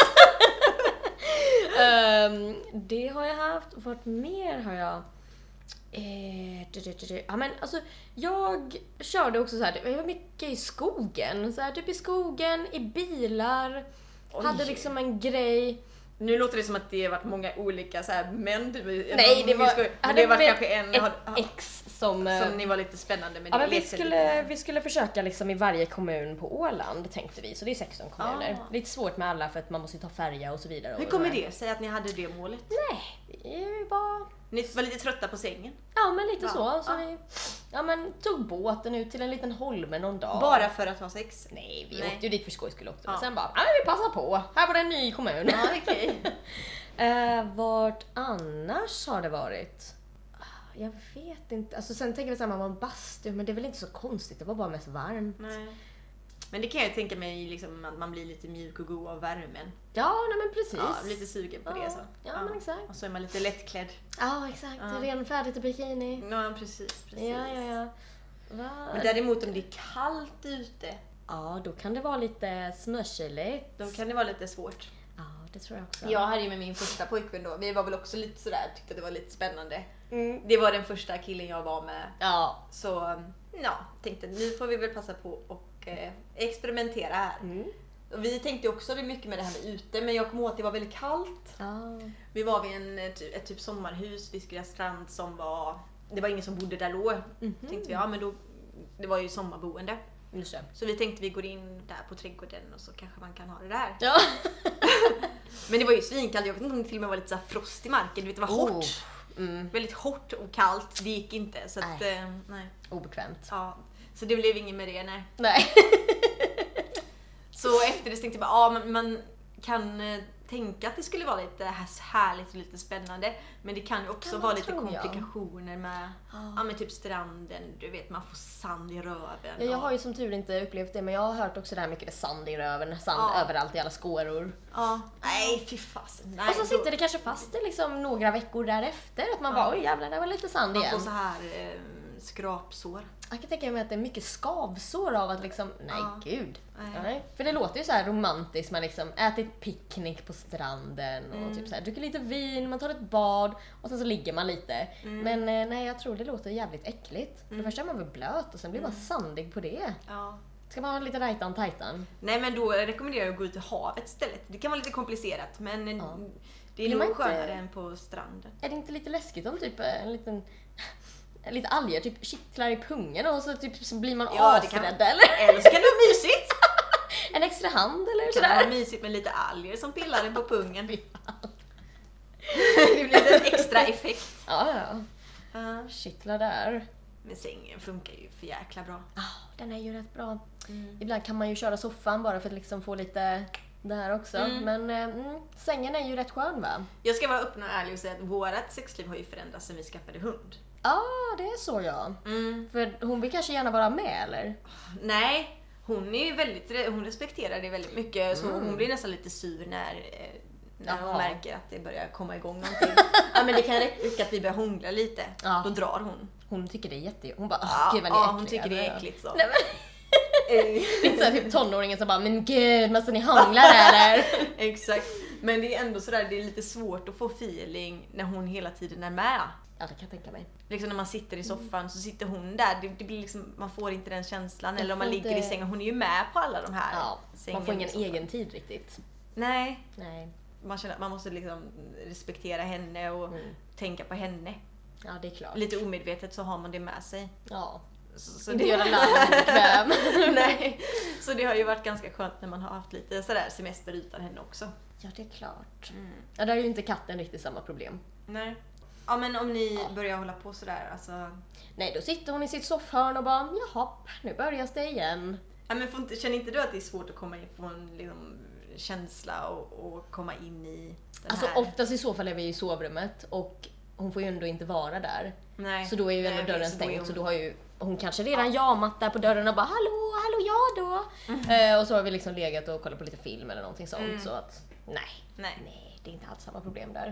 um, det har jag haft. Vart mer har jag... Eh, du, du, du, du. Ja, men alltså, jag körde också så här, jag var mycket i skogen. Så här, typ i skogen, i bilar. Oj. Hade liksom en grej. Nu låter det som att det har varit många olika så här män. Nej, det var, men det var kanske en ett ex som... Som ni var lite spännande med. Ja, men vi skulle, vi skulle försöka liksom i varje kommun på Åland, tänkte vi. Så det är sexton kommuner. Ah. Lite svårt med alla för att man måste ta färja och så vidare. Hur kommer det sig att ni hade det målet? Nej, det var... Ni var lite trötta på sängen? Ja, men lite ja. så. så ja. Vi ja, men, tog båten ut till en liten holme någon dag. Bara för att ha sex? Nej, vi Nej. åkte ju dit för skoj skulle åkte. Ja. Men sen bara, nej, vi passar på. Här var det en ny kommun. Ja, okej. Okay. uh, vart annars har det varit? Jag vet inte. Alltså, sen tänker vi att man var en bastu, men det är väl inte så konstigt. Det var bara mest varmt. Nej. Men det kan jag tänka mig liksom, att man blir lite mjuk och god av värmen. Ja, nej men precis. Ja, lite sugen på ja, det så. Ja, ja, men exakt. Och så är man lite lättklädd. Ja, exakt. Ja. Ren färdigt i bikini. Ja, precis. precis. Ja, ja, ja. Va? Men däremot om det är kallt ute. Ja, då kan det vara lite smörsligt. Då kan det vara lite svårt. Ja, det tror jag också. Jag hade ju med min första pojkvän då. Vi var väl också lite sådär, tyckte det var lite spännande. Mm. Det var den första killen jag var med. Ja. Så, ja, tänkte nu får vi väl passa på och kanske experimentera här. Mm. Och vi tänkte också det mycket med det här med ute, men jag kommer ihåg att det var väldigt kallt. Ah. Vi var vid en, ett, ett typ sommarhus vid Skria strand som var, det var ingen som bodde där då. Mm-hmm. Tänkte vi, ja men då, det var ju sommarboende. Just det. Så vi tänkte vi går in där på trädgården och så kanske man kan ha det där. Ja. Men det var ju svinkallt, jag vet inte om det till och med var lite så här frost i marken, du vet det var hårt. Oh. Mm. Väldigt hårt och kallt, det gick inte. Så att, Nej. eh, nej. Obekvämt. Ja, så det blev inget med det, nej. Nej. Så efter det tänkte jag bara, ja man, man kan eh, tänka att det skulle vara lite härligt och lite spännande. Men det kan ju också Kan vara man lite tro, ja. komplikationer med Ah. ja, men typ stranden, du vet man får sand i röven. Ja, jag och- har ju som tur inte upplevt det, men jag har hört också det här mycket med sand i röven, sand Ja. överallt i alla skåror. Ja, nej fy fasen. Nej, Och så då- sitter det kanske fast i liksom några veckor därefter, att man Ja. bara oj jävlar, det var lite sand man igen. får så här eh, skrapsår. Jag kan tänka mig att det är mycket skavsår av att liksom, nej Ja. gud. Nej. Nej. För det låter ju så här romantiskt, man liksom ätit picknick på stranden och Mm. typ så här, dricker lite vin, man tar ett bad och sen så ligger man lite. Mm. Men eh, nej, jag tror det låter jävligt äckligt. För det första är man väl blöt och sen blir man sandig på det. Ja. Ska man ha lite rajtan tajtan? Nej men då rekommenderar jag att gå ut i havet istället. Det kan vara lite komplicerat men eh, Ja. det är Vill man nog inte- skönare än på stranden. Är det inte lite läskigt om typ eh, en liten lite alger typ kittlar i pungen och så typ så blir man Ja, det kan- asrädd eller? Eller så kan det vara mysigt. En extra hand eller Det kan vara sådär? mysigt med lite alger som pillar en på pungen. Det blir en extra effekt. Ja, ja. Ja. Kittlar där. Men sängen funkar ju för jäkla bra. Ah, den är ju rätt bra. Mm. Ibland kan man ju köra soffan bara för att liksom få lite där också. Mm. Men eh, mm, sängen är ju rätt skön va? Jag ska vara öppen och ärlig och säga att vårat sexliv har ju förändrats sen vi skaffade hund. Ja, ah, det är så ja. Mm. För hon vill kanske gärna vara med eller? Nej, hon är ju väldigt, hon respekterar det väldigt mycket så Mm. hon blir nästan lite sur när, eh, när hon Jaha. märker att det börjar komma igång någonting. Ja men det kan räcka att vi börjar hångla lite, Ja. då drar hon. Hon tycker det är jätte... Hon bara, Ja, åh gud vad ni ja är hon äckliga." tycker det är äckligt så. Nej, men, Eh, lite såhär typ tonåringen som bara, men gud måste ni hångla eller? Exakt. Men det är ändå sådär, det är lite svårt att få feeling när hon hela tiden är med. Ja, det kan jag tänka mig. Liksom när man sitter i soffan så sitter hon där, det, det blir liksom, man får inte den känslan. Man Eller om man får ligger inte- i sängen, hon är ju med på alla de här Ja, sängen man får ingen och soffan. egen tid riktigt. Nej, Nej. man känner att man måste liksom respektera henne och Mm. tänka på henne. Ja, det är klart. Lite omedvetet så har man det med sig. Ja. Så, så Inte det, göra larm bekväm. nej, så det har ju varit ganska skönt när man har haft lite sådär semester utan henne också. Ja, det är klart. Mm. Ja, där är ju inte katten riktigt samma problem. Nej. Ja men om ni börjar hålla på sådär, alltså. Nej, då sitter hon i sitt soffhörn och bara, jaha, nu börjar det igen. Ja, men får inte, känner inte du att det är svårt att komma in på en liksom, känsla och, och komma in i den Alltså här? oftast i så fall är vi i sovrummet och hon får ju ändå inte vara där. Nej. Så då är ju Nej, ändå okej, dörren så då är stängd, hon- så då har ju hon kanske redan jamat där på dörren och bara hallå, hallå, ja då. Eh, och så har vi liksom legat och kollat på lite film eller någonting sånt, Mm. så att nej, Nej. nej, det är inte alls samma problem där.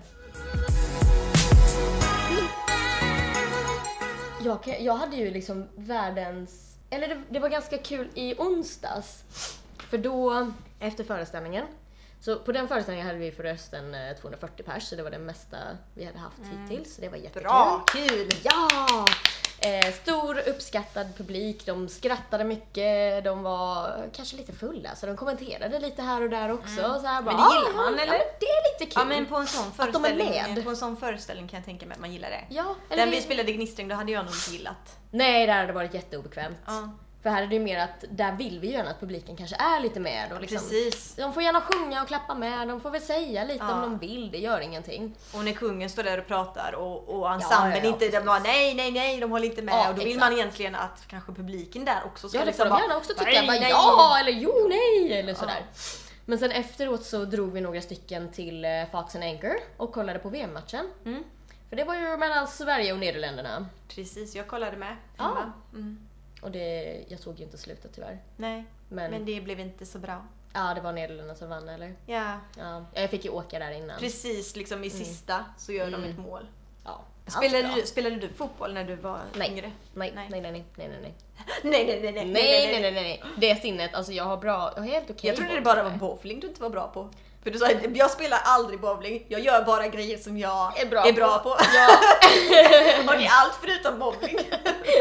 Jag, kan- jag hade ju liksom världens, eller det, det var ganska kul i onsdags, för då efter föreställningen, så på den föreställningen hade vi förresten eh, tvåhundrafyrtio pers, så det var det mesta vi hade haft hittills, så det var jättekul. Bra, kul! Ja! Eh, stor uppskattad publik, de skrattade mycket, de var kanske lite fulla så de kommenterade lite här och där också. Så här, bara, Men det gillar "Ah, man, ja, eller?" Ja, men det är lite kul. Ja men på en sån Att de är föreställning, med. på en sån föreställning kan jag tänka mig att man gillar det. Ja, eller Den det- vi spelade Gnistring, då hade jag nog inte gillat. Nej, det hade varit jätteobekvämt. Ja. För här är det ju mer att där vill vi ju gärna att publiken kanske är lite med och liksom, Precis. de får gärna sjunga och klappa med, de får väl säga lite Ja. om de vill, det gör ingenting. Och när kungen står där och pratar och, och ensemblen Ja, ja, ja, inte, de precis. bara nej, nej, nej, de håller inte med. Ja, och då vill exakt. man egentligen att kanske publiken där också ska Ja, det får liksom de gärna också tycka, nej, bara, nej. ja eller jo, nej eller sådär. Men sen efteråt så drog vi några stycken till eh, Fox and Anchor och kollade på V M-matchen. Mm. För det var ju mellan Sverige och Nederländerna. Precis, jag kollade med Ja. hemma. Mm. Och det, jag såg ju inte slutet tyvärr. Nej, Men, men det blev inte så bra. ja, det var Nederländerna som vann eller? Ja, Ja, jag fick ju åka där innan. precis liksom i sista så gör de Mm. ett mål. Ja, Spelade allt du, bra. spelade du fotboll när du var Nej. yngre? Nej, Nej. nej, nej, nej, nej, nej, nej. Nej, nej, nej, nej, Nej, nej, nej, nej. Det sinnet, alltså jag har bra, jag har helt okej Jag trodde det boll, bara var tror jag. bowling du inte var bra på. För du sa att jag spelar aldrig bowling, jag gör bara grejer som jag Är bra är bra på. på. Ja. Och det är allt förutom bowling.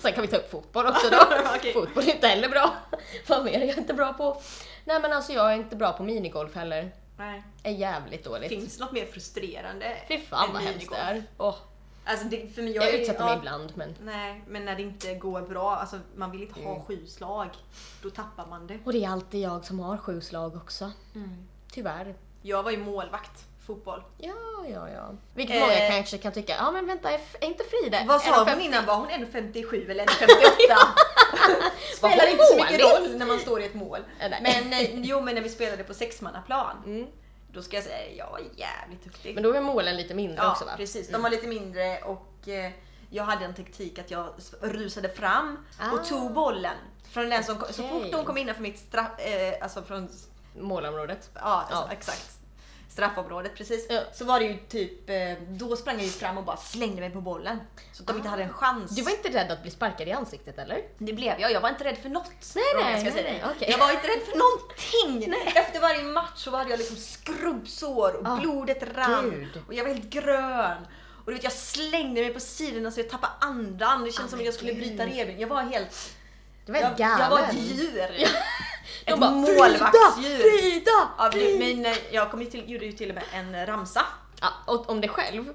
Sen kan vi ta upp fotboll också då. Okej. Fotboll är inte heller bra. Vad mer är jag inte bra på? Nej men alltså jag är inte bra på minigolf heller. Nej. Är jävligt dåligt. Finns det något mer frustrerande? Fy fan än vad hemskt minigolf? det är. Åh, Alltså det, för mig, jag, jag är- utsätter mig ja, ibland men... Nej, men när det inte går bra, alltså man vill inte ha Mm. sju slag. Då tappar man det. Och det är alltid jag som har sju slag också. Mm. Tyvärr. Jag var ju målvakt, fotboll. Ja, ja, ja. Vilket Eh. många kanske kan tycka, ja men vänta, är, är inte Frida Vad sa en hon femtio? innan? Var hon en femtiosju eller en femtioåtta? Var Spelar hon inte så mycket målis? roll när man står i ett mål. Eh, nej. Men eh, jo, men när vi spelade på sexmannaplan, Mm. då ska jag säga jag var jävligt duktig. Men då är målen lite mindre ja, också va? precis. De var lite mindre och eh, jag hade en taktik att jag s- rusade fram Ah. och tog bollen. Från den som, Så Okej. fort de kom innanför mitt straff, eh, alltså från, Målområdet. ja, alltså, Ja. exakt. Straffområdet, precis. Ja. Så var det ju typ, eh, då sprang jag ju fram och bara slängde mig på bollen. Så att de inte hade en chans. Du var inte rädd att bli sparkad i ansiktet eller? Det blev jag. Jag var inte rädd för något. Nej, Roger, nej, ska jag, säga nej, dig. nej, okej. Jag var inte rädd för någonting. Efter varje match så hade jag liksom skrubbsår och Ah, blodet rann. gud. Och jag var helt grön. Och du vet, jag slängde mig på sidorna så jag tappade andan. Det känns Ah, som men att jag skulle gud. bryta revben. Jag var helt... Du var Jag, helt galen. jag var ett djur. De Ett bara, målvaktsdjur. Frida! Ja, Frida! men eh, jag kom ju till, gjorde ju till och med en ramsa. Ja, och om dig själv.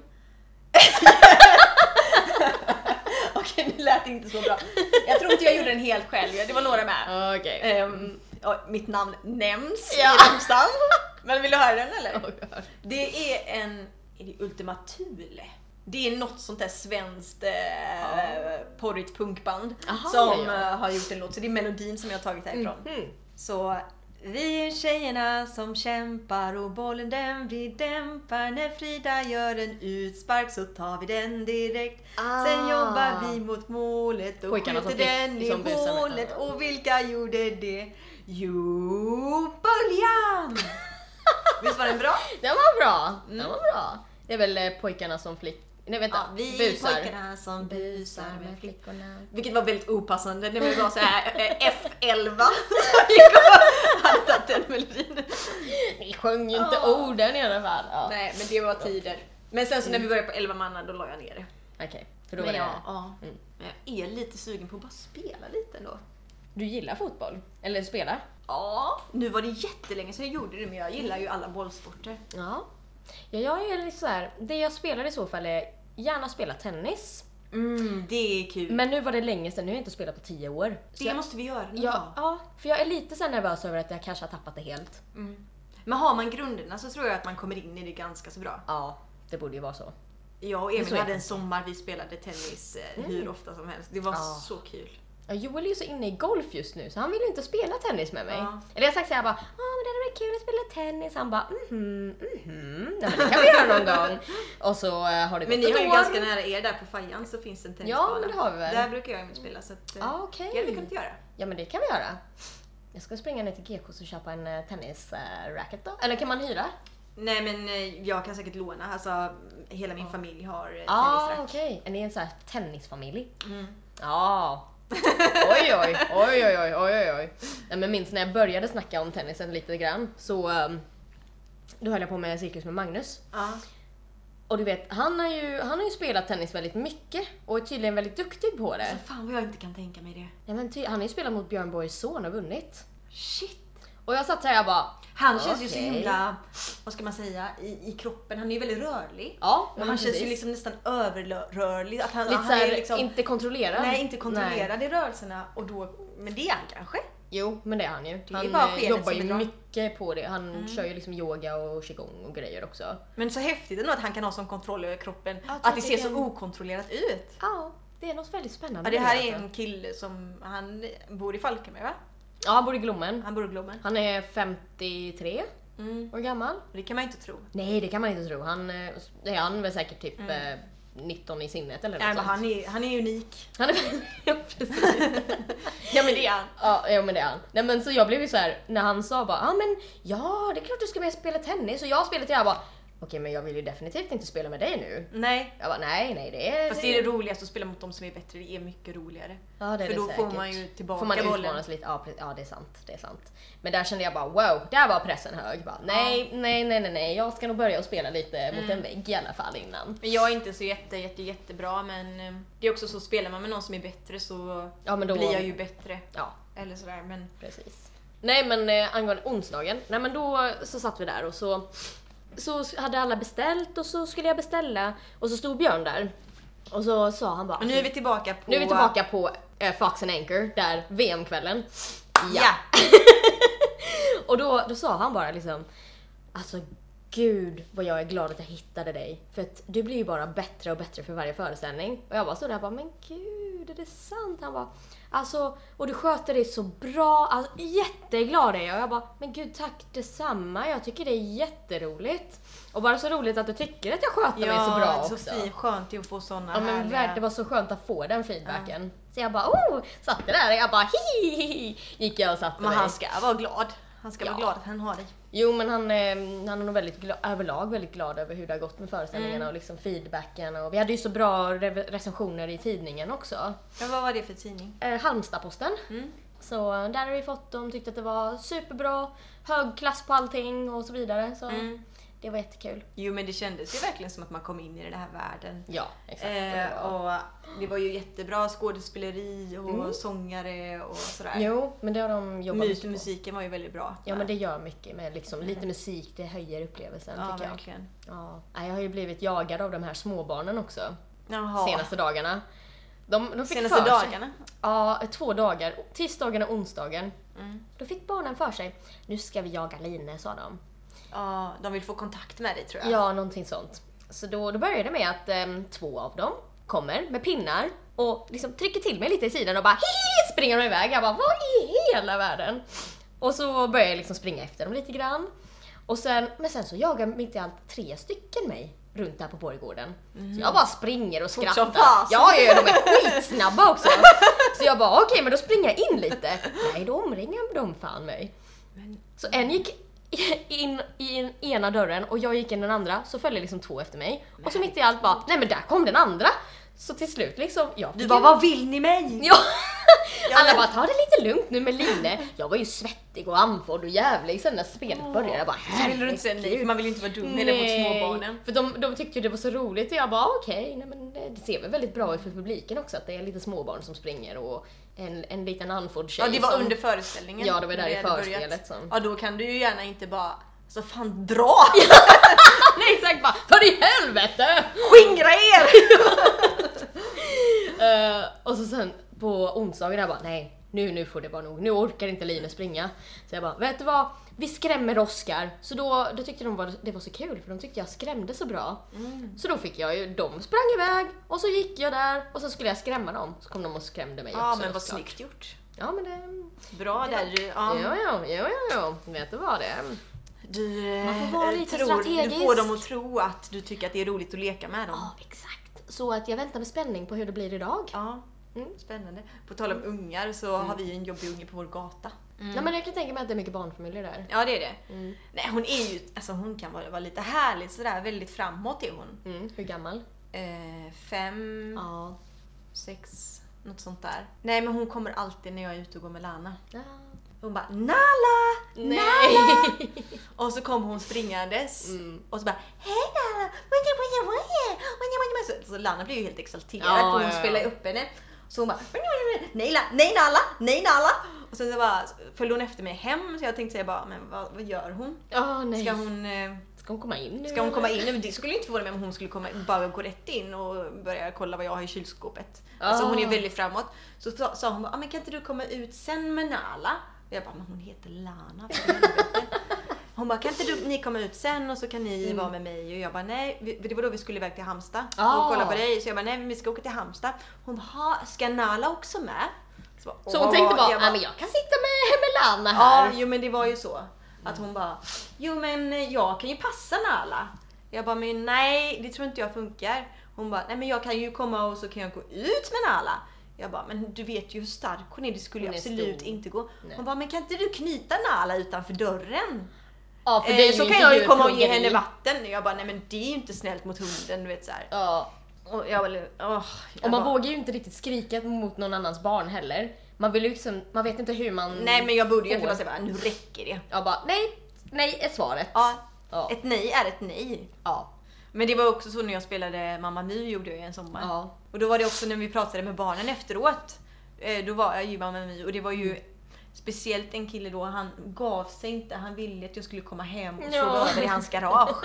Okej, det lät inte så bra. Jag tror inte jag gjorde den helt själv. Det var några med. Okej. Ehm, ja, mitt namn nämns Ja. i ramsan. Men vill du höra den eller? Det är en är det Ultima Thule. Det är något sånt där svenskt eh, porrigt punkband Aha, som ja, ja. eh, har gjort en låt. Så det är melodin som jag har tagit härifrån. Mhm. Så vi är tjejerna som kämpar och bollen den vi dämpar. När Frida gör en utspark så tar vi den direkt. Ah. Sen jobbar vi mot målet och Pojkarna som skjuter fick- den i som busar med- målet. Och vilka gjorde det? Jo, Böljan! Visst var den bra? Den var bra. Den Mm. var bra. Det är väl eh, pojkarna som flick... Nej vänta, Ja, vi busar. pojkarna som busar med flick. flickorna. Vilket var väldigt opassande när vi var så här eh, F elva. Jag hade tagit den melodin. Ni sjöng ju inte Ja. orden i alla fall. Ja. Nej, men det var tider. Men sen så när vi började på elva mannar, då la jag ner det. Okej, för då Men var det... ja, ja. Mm. Men jag är lite sugen på att bara spela lite ändå. Du gillar fotboll? Eller spela? Ja, nu var det jättelänge sedan jag gjorde det, men jag gillar ju alla bollsporter. Ja. Ja, jag är lite så här. Det jag spelar i så fall är gärna spela tennis. Mm, det är kul. Men nu var det länge sedan, nu har jag inte spelat på tio år. Så det jag, måste vi göra någon ja, dag. ja, för jag är lite så här nervös över att jag kanske har tappat det helt. Mm. Men har man grunderna så tror jag att man kommer in i det ganska så bra. Ja, det borde ju vara så. Jag och Det Emil tror jag hade en inte. sommar vi spelade tennis eh, Mm. hur ofta som helst. Det var Ja. så kul. Ja, Joel är ju så inne i golf just nu så han vill ju inte spela tennis med mig. Ja. Eller jag har sagt så här bara, ja men det hade varit kul att spela tennis. Han bara, mhm, mhm. Nej men det kan vi göra någon gång. Och så uh, har det gått Men ni ett har ju år. ganska nära er där på Fajan så finns det en tennisbana. Ja, men det har vi väl. Där brukar jag ju spela så att, eh, Ja, okej. det hade vi kunnat göra. Ja men det kan vi göra. Jag ska springa ner till G K och köpa en uh, tennisracket då. Eller kan man hyra? Nej men eh, jag kan säkert låna, alltså hela min familj har eh, Ja, ah, tennisrack. okej. Är ni en sån här tennisfamilj? Mm. Ja. Oj, oj, oj, oj, oj, oj, oj. Nej, men minns när jag började snacka om tennisen lite grann så um, då höll jag på med cirkus med Magnus. Ja. Och du vet, han har ju, han har ju spelat tennis väldigt mycket och är tydligen väldigt duktig på det. Så fan vad jag inte kan tänka mig det. Ja, men ty- han har ju spelat mot Björn Borgs son och vunnit. Shit. Och jag satt här och bara, Han känns ju så Okej. himla, vad ska man säga, i, i kroppen. Han är ju väldigt rörlig. ja, Men han känns ju liksom nästan överrörlig. Att han, lite han såhär, är liksom, inte kontrollerad. nej, inte kontrollerad i rörelserna. Och då, men det är han kanske. Jo, men det är han ju. är Han bara eh, skenet jobbar som ju bedrar. mycket på det. Han kör ju liksom yoga och qigong och grejer också. Men så häftigt ändå att han kan ha sån kontroll över kroppen. Ja, att det ser så tydligen. okontrollerat ut. Ja, det är något väldigt spännande. Ja, det med här är alltså. en kille som, han bor i Falkenberg va? Ja, han bor i Glommen. Han bor i Glommen. Han är femtiotre Mm. år gammal. Det kan man inte tro. Nej, det kan man inte tro. Han, eh, det är han väl säkert typ eh, nitton i sinnet eller något Nej, men sånt. han är, han är unik. Han är ja, precis. Ja men det är han. Ja, ja, men det är han. Nej, men så jag blev ju så här när han sa bara, ja ah, men ja, det är klart du ska börja spela tennis och jag spelade till jag bara, okej men jag vill ju definitivt inte spela med dig nu. Nej. Jag bara, nej, nej det är... Fast det är det roligaste att spela mot de som är bättre, det är mycket roligare. Ja, det är För det då säkert. får man ju tillbaka får man bollen. utmanas lite, ja, ja det är sant, det är sant. Men där kände jag bara, wow, där var pressen hög. Bara, nej, ja. nej, nej, nej, nej, jag ska nog börja och spela lite mm. mot en vägg i alla fall innan. Men jag är inte så jätte, jätte, jättebra, men det är också så, spelar man med någon som är bättre så ja, men då blir jag ju bättre. Ja. Eller sådär, men... Precis. Nej men eh, angående onsdagen, nej men då så satt vi där och så så hade alla beställt och så skulle jag beställa och så stod Björn där och så sa han bara... Men nu är vi tillbaka på... Nu är vi tillbaka på eh, Fox and Anchor, där V M-kvällen. Ja! ja. Och då, då sa han bara liksom, alltså gud vad jag är glad att jag hittade dig. För att du blir ju bara bättre och bättre för varje föreställning. Och jag bara stod där och bara, men gud, är det sant? Han bara, alltså, och du sköter dig så bra, alltså jätteglad är jag. Och jag bara, men gud tack detsamma, jag tycker det är jätteroligt. Och bara så roligt att du tycker att jag sköter ja, mig så bra så också. Ja, så skönt att få såna ja, men härliga... det var så skönt att få den feedbacken. Ja. Så jag bara, oh, satt det där och jag bara, hihihi, gick jag och satte Men mig. han ska vara glad. Han ska ja. vara glad att han har dig. Jo, men han, eh, han är nog väldigt glad, överlag väldigt glad över hur det har gått med föreställningarna mm. och liksom feedbacken. Och vi hade ju så bra re- recensioner i tidningen också. Men vad var det för tidning? Eh, Halmstadposten. Mm. Så där har vi fått, de tyckte att det var superbra, hög klass på allting och så vidare. Så mm. det var jättekul. Jo, men det kändes ju verkligen som att man kom in i den här världen. Ja, exakt. Eh, det var. och det var ju jättebra skådespeleri och mm. sångare och sådär. Jo, men det har de jobbat Mus- mycket på. Musiken var ju väldigt bra. Ja, men det gör mycket med liksom, lite musik, det höjer upplevelsen ja, tycker jag. Verkligen. Ja, jag har ju blivit jagad av de här småbarnen också. Jaha. Senaste dagarna. De, de fick Senaste för dagarna? Sig, ja, två dagar. Tisdagen och onsdagen. Mm. Då fick barnen för sig. Nu ska vi jaga Line, sa de. Ja, de vill få kontakt med dig tror jag. Ja, någonting sånt. Så då, då började det med att um, två av dem kommer med pinnar och liksom trycker till mig lite i sidan och bara hihi, springer de iväg. Jag bara, vad i hela världen? Och så började jag liksom springa efter dem lite grann. Och sen, men sen så jagar mitt i allt tre stycken mig runt där på Borggården. Mm. Så jag bara springer och skrattar. Ja, ja, de är skitsnabba också. Så jag bara, okej, okay, men då springer jag in lite. Nej, då omringar de fan mig. Men... Så en gick in i den ena dörren och jag gick in den andra, så följde liksom två efter mig. Nej. Och så mitt i allt bara, nej men där kom den andra. Så till slut liksom, jag du bara, vad vill ni mig? Ja. Alla bara, ta det lite lugnt nu med Line. Jag var ju svettig och andfådd och jävlig sen när spelet oh. började. Jag bara, så vill du inte säga nej, för man vill inte vara dum heller mot småbarnen. För de, de tyckte ju det var så roligt och jag bara, okej, okay, men det ser väl väldigt bra ut för publiken också att det är lite småbarn som springer och en, en liten andfådd tjej. Ja, det var som, under föreställningen. Ja, det var där i förspelet. Som... Ja, då kan du ju gärna inte bara, så fan dra! Nej, exakt, bara, för i helvete! Skingra er! uh, och så sen på onsdagen jag bara, nej, nu, nu får det vara nog. Nu orkar inte Line springa. Så jag bara, vet du vad? Vi skrämmer Oscar. Så då, då tyckte de var, det var så kul, för de tyckte jag skrämde så bra. Mm. Så då fick jag ju, de sprang iväg och så gick jag där och så skulle jag skrämma dem. Så kom de och skrämde mig ja, också. Ja, men vad såklart. snyggt gjort. Ja, men det... Bra det där var, du... Ja, ja, ja, ja, ja. Vet du vad det är? Du, man får vara lite tror, strategisk. Du får dem att tro att du tycker att det är roligt att leka med dem. Ja, exakt. Så att jag väntar med spänning på hur det blir idag. Ja, mm. Spännande. På tal om ungar så mm. har vi en jobbig unge på vår gata. Mm. Ja, men jag kan tänka mig att det är mycket barnfamiljer där. Ja, det är det. Mm. Nej, hon är ju, alltså hon kan vara, vara lite härlig sådär, väldigt framåt är hon. Mm. Hur gammal? Eh, fem, ja. sex, något sånt där. Nej, men hon kommer alltid när jag är ute och går med Lana. Ja. Hon bara, Nala! Nej! Nala! Och så kom hon springandes. Mm. Och så bara, hej Nala! Så, så Lana blev ju helt exalterad ja, för hon ja. spelade upp henne. Så hon bara, nej, la, nej Nala! Nej Nala! Och sen så bara, följde hon efter mig hem. Så jag tänkte säga bara, men vad, vad gör hon? Oh, nej. Ska hon... Eh, Ska hon komma in nu? Ska hon komma in nu? Det skulle inte förvåna mig om hon skulle komma, bara gå rätt in och börja kolla vad jag har i kylskåpet. Oh. Alltså hon är väldigt framåt. Så sa, sa hon bara, ah, men kan inte du komma ut sen med Nala? Och jag bara, men hon heter Lana. Hon bara, kan inte du, ni komma ut sen och så kan ni mm. vara med mig? Och jag bara, nej. Det var då vi skulle iväg till Halmstad oh. och kolla på dig. Så jag bara, nej, vi ska åka till Halmstad. Hon bara, ska Nala också med? Så, bara, så hon tänkte bara, jag, bara, men jag kan sitta med, med Lana här. Ja, jo men det var ju så. Att hon bara, jo men jag kan ju passa Nala. Jag bara, men nej, det tror inte jag funkar. Hon bara, nej men jag kan ju komma och så kan jag gå ut med Nala. Jag bara, men du vet ju hur stark hon är, det skulle hon absolut inte gå. Nej. Hon bara, men kan inte du knyta Nala utanför dörren? Ja, för det är ju så inte kan jag ju komma och ge djurplågeri. henne vatten. Jag bara, nej men det är ju inte snällt mot hunden, du vet så här. Ja. Och jag bara, åh, jag Och man bara, vågar ju inte riktigt skrika mot någon annans barn heller. Man vill ju liksom, man vet inte hur man... nej men jag borde ju får. inte bara säga, nu räcker det. Jag bara, nej, nej är svaret. Ja, Ja. ett nej är ett nej. Ja. Men det var också så när jag spelade Mamma Mia, gjorde jag i en sommar. Ja. Och då var det också när vi pratade med barnen efteråt. Eh, Då var jag ju Mamma Mia och det var ju speciellt en kille då, han gav sig inte. Han ville att jag skulle komma hem och Ja. sova över i hans garage.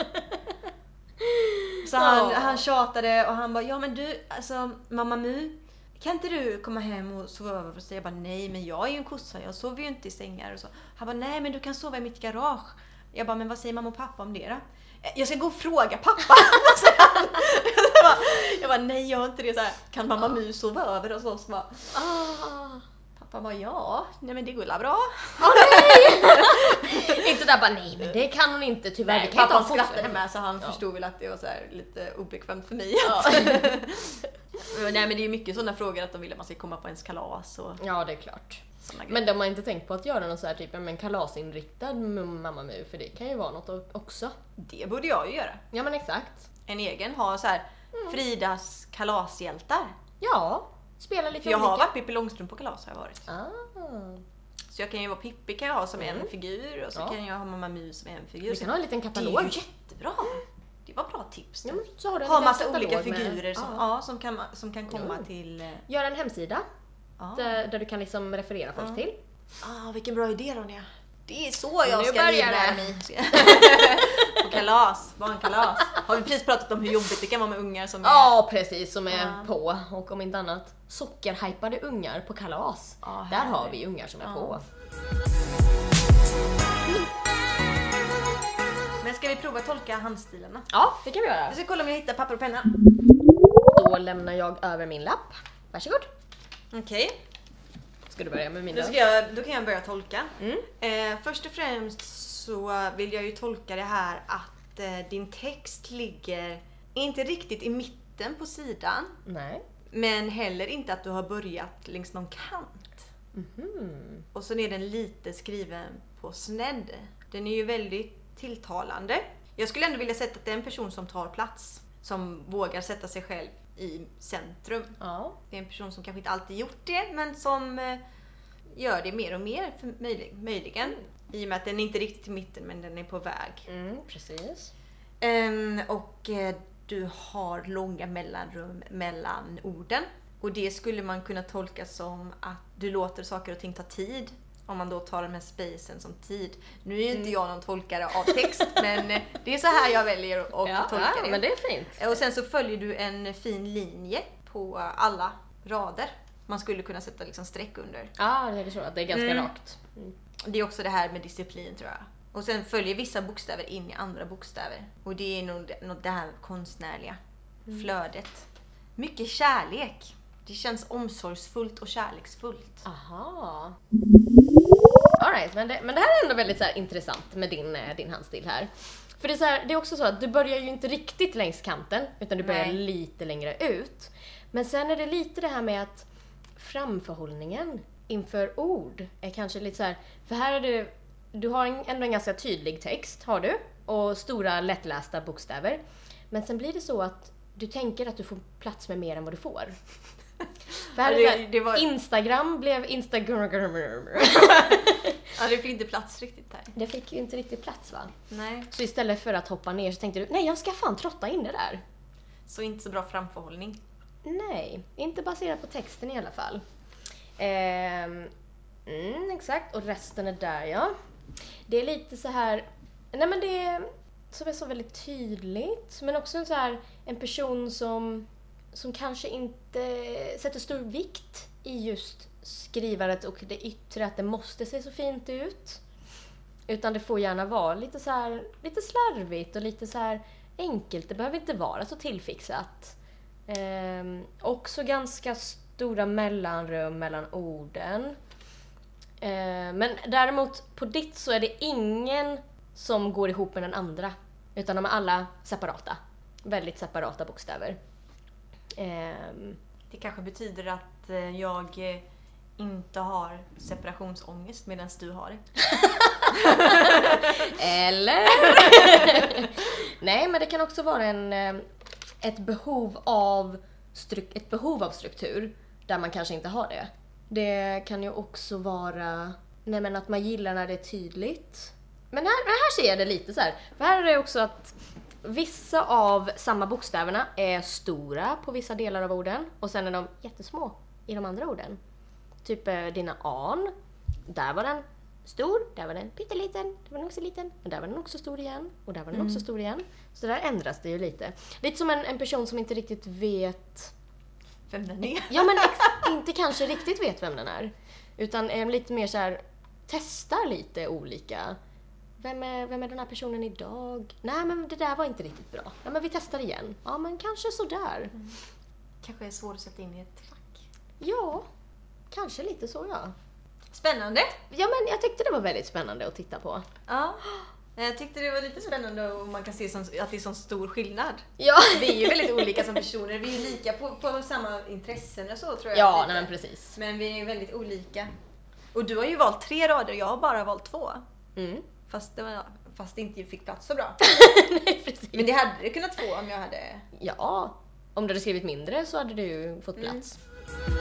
Så han, Ja. han tjatade och han bara, ja men du, alltså Mamma Mia, kan inte du komma hem och sova över hos dig? Jag bara, nej men jag är ju en kossa, jag sover ju inte i sängar och så. Han bara, nej men du kan sova i mitt garage. Jag bara, men vad säger mamma och pappa om det då? Jag ska gå och fråga pappa. jag, bara, jag bara, nej jag har inte det så här. Kan Mamma Mia sova över hos oss? Bara, Ah. pappa bara, ja, nej men det går la bra. Oh, nej! Inte där bara, nej men det kan hon inte tyvärr. Nej, Vi kan inte pappa ha skrattade foster. med så han Ja. förstod väl att det var så här lite obekvämt för mig. Ja. Nej men det är ju mycket sådana frågor att de vill att man ska komma på ens kalas och Ja, det är klart. sådana grejer. Men de har inte tänkt på att göra någon så här typ en kalasinriktad Mamma Mia, för det kan ju vara något också. Det borde jag ju göra. Ja men exakt. En egen, ha så här Fridas kalashjältar. Ja, spela lite För jag har olika. varit Pippi Långstrump på kalas har jag varit. Ah. Så jag kan ju vara Pippi kan jag ha som Mm. en figur och så Ja. kan jag ha Mamma Mia som en figur. Vi Så kan ha en liten det är katalog. ju jättebra. Det var bra tips. Ja, men så har du en Ha liten massa katalog olika med- figurer som, Ja. ja, som, kan, som kan komma Jo. till... eh, Gör en hemsida Ja. där, där du kan liksom referera folk Ja. till. Ah, vilken bra idé Ronja. Det är så jag Nu ska börjar livnära det. mig. På kalas, barnkalas. Har vi precis pratat om hur jobbigt det kan vara med ungar som är... Ja, precis, som är Ja. på. Och om inte annat, sockerhypade ungar på kalas. Ja, där har härligt. vi ungar som är Ja. på. Men ska vi prova att tolka handstilarna? Ja, det kan vi göra. Jag ska kolla om jag hittar papper och penna. Då lämnar jag över min lapp. Varsågod. Okej, Ska du börja med min då, då? ska jag, då kan jag börja tolka. Mm. Eh, först och främst så vill jag ju tolka det här att eh, din text ligger inte riktigt i mitten på sidan. Nej. Men heller inte att du har börjat längs någon kant. Mhm. Och så är den lite skriven på snedd. Den är ju väldigt tilltalande. Jag skulle ändå vilja sätta att det är en person som tar plats. Som vågar sätta sig själv i centrum. Ja. Det är en person som kanske inte alltid gjort det, men som eh, gör det mer och mer för möjlig, möjligen. I och med att den är inte riktigt i mitten, men den är på väg. Mm, precis. Ehm, och eh, du har långa mellanrum mellan orden. Och det skulle man kunna tolka som att du låter saker och ting ta tid. Om man då tar den här spacen som tid. Nu är ju inte jag någon tolkare av text, men eh, det är så här jag väljer att Ja, tolka ja, det. men det är fint. Och sen så följer du en fin linje på alla rader. Man skulle kunna sätta liksom streck under. Ja, det är så att det är ganska Mm. rakt. Mm. Det är också det här med disciplin tror jag. Och sen följer vissa bokstäver in i andra bokstäver. Och det är nog det, nog det här konstnärliga flödet. Mycket kärlek. Det känns omsorgsfullt och kärleksfullt. Aha. All right, men, det, men det här är ändå väldigt så här intressant med din, eh, din handstil här. För det är, så här, det är också så att du börjar ju inte riktigt längs kanten, utan du börjar Nej. lite längre ut. Men sen är det lite det här med att framförhållningen inför ord är kanske lite så här, för här är det, du har en, ändå en ganska tydlig text, har du, och stora lättlästa bokstäver. Men sen blir det så att du tänker att du får plats med mer än vad du får. För här är det, Ja, så det- här, det var- Instagram blev Instagram. Ja, det fick inte plats riktigt här. Det fick ju inte riktigt plats va? Nej, Så istället för att hoppa ner så tänkte du, nej jag ska fan trotta inne där. så inte så bra framförhållning. Nej, inte baserat på texten i alla fall. Ehm, mm, exakt, och resten är där ja. Det är lite så här, nej men det är som är så väldigt tydligt, men också en så här en person som som kanske inte sätter stor vikt i just skrivandet och det yttre, att det måste se så fint ut. Utan det får gärna vara lite så här, lite slarvigt och lite så här enkelt. Det behöver inte vara så tillfixat. Ehm, också ganska stora mellanrum mellan orden. Ehm, men däremot på ditt så är det ingen som går ihop med den andra. Utan de är alla separata. Väldigt separata bokstäver. Ehm, Det kanske betyder att eh, jag eh, inte har separationsångest medan du har det. Eller? Nej, men det kan också vara en, ett, behov av stru- ett behov av struktur där man kanske inte har det. Det kan ju också vara nej, men att man gillar när det är tydligt. Men här, men här ser jag det lite så här. För här är det också att vissa av samma bokstäverna är stora på vissa delar av orden och sen är de jättesmå i de andra orden. Typ eh, dina an. Där var den stor, där var den pytteliten, där var den också liten, men där var den också stor igen och där var den mm. också stor igen. Så där ändras det ju lite. Lite som en, en person som inte riktigt vet vem den är. Ja, men ex- inte kanske riktigt vet vem den är. Utan är lite mer så här testar lite olika. Vem är, vem är den här personen idag? Nej, men det där var inte riktigt bra. Ja, men vi testar igen. Ja, men kanske sådär. Mm. Kanske är svårt att sätta in i ett fack. Ja, kanske lite så, ja. Spännande. Ja, men jag tyckte det var väldigt spännande att titta på. Ja, jag tyckte det var lite spännande och man kan se som, att det är sån stor skillnad. Ja. Vi är ju väldigt olika som personer. Vi är ju lika på, på samma intressen och så, tror jag. Ja, nej, men precis. Men vi är väldigt olika. Och du har ju valt tre rader, jag har bara valt två. Mm. Fast det, var, fast det inte fick plats så bra. Nej, precis. Men det hade det kunnat få om jag hade... Ja, om du hade skrivit mindre så hade du ju fått plats. Mm.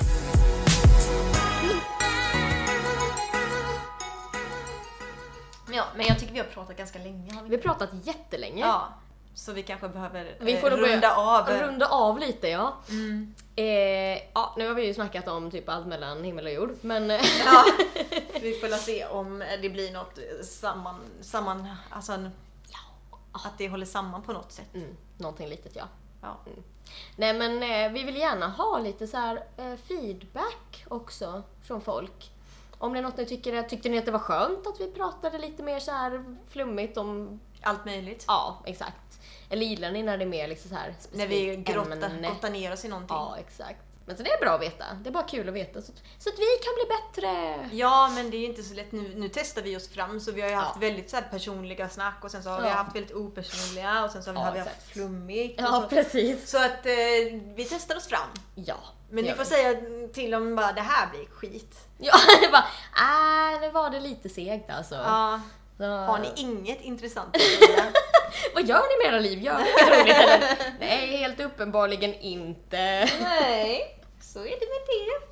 Ja, men jag tycker vi har pratat ganska länge. Har vi? vi har pratat jättelänge. Ja, så vi kanske behöver vi får eh, runda av. Runda av lite, ja. Mm. Eh, ja, nu har vi ju snackat om typ allt mellan himmel och jord, men... Ja, vi får se om det blir något samman... samman alltså en, ja, att det håller samman på något sätt. Mm, någonting litet, ja. Ja. Mm. Nej, men eh, vi vill gärna ha lite så här eh, feedback också från folk. Om det är något ni tycker, tyckte ni att det var skönt att vi pratade lite mer så här flummigt om allt möjligt? Ja, exakt. Eller gillar ni när det är mer liksom så här när vi grottar, grottar ner oss i någonting? Ja, exakt. Men så det är bra att veta. Det är bara kul att veta så, så att vi kan bli bättre. Ja, men det är ju inte så lätt. Nu, nu testar vi oss fram, så vi har ju haft ja. väldigt så här personliga snack och sen så har ja. vi haft väldigt opersonliga och sen så har vi, ja, har vi haft flummigt. Ja, så. precis. Så att eh, vi testar oss fram. Ja. Men ni får säga till om bara det här blir skit. Ja, det bara, äh, det var det lite segt alltså. Ja. Så. Har ni inget intressant att säga? Vad gör ni med era liv? Gör det roligt eller? Nej, helt uppenbarligen inte. Nej, så är det med det.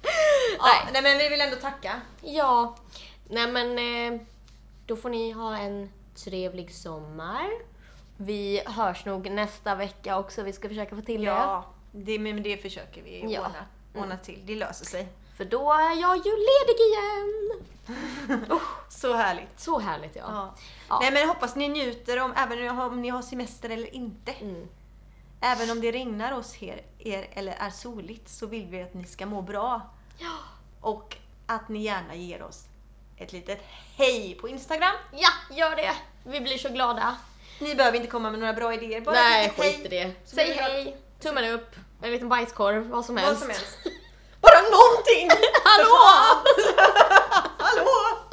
Ja, nej, men vi vill ändå tacka. Ja, nej men eh, då får ni ha en trevlig sommar. Vi hörs nog nästa vecka också. Vi ska försöka få till ja, det. Ja, men det försöker vi ja. ordna, ordna till. Det löser sig. För då är jag ju ledig igen. Oh, så härligt. Så härligt, ja. ja. ja. Nej, men jag hoppas ni njuter om, även om ni har semester eller inte. Mm. Även om det regnar hos er, er eller är soligt, så vill vi att ni ska må bra. Ja. Och att ni gärna ger oss ett litet hej på Instagram. Ja, gör det. Vi blir så glada. Ni behöver inte komma med några bra idéer. Bara Nej, skit hej. i det. Så Säg hej, tummen upp, en liten bajskorv, vad som vad helst. Som helst. Bara någonting! Hallå! Hallå!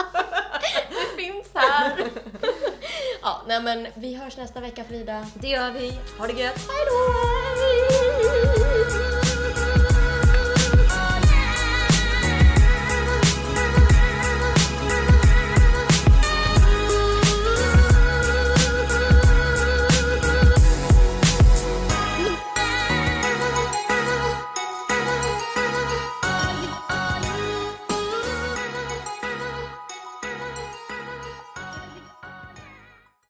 Det finns här. Ja, nej men vi hörs nästa vecka, Frida. Det gör vi. Ha det gött. Hej då!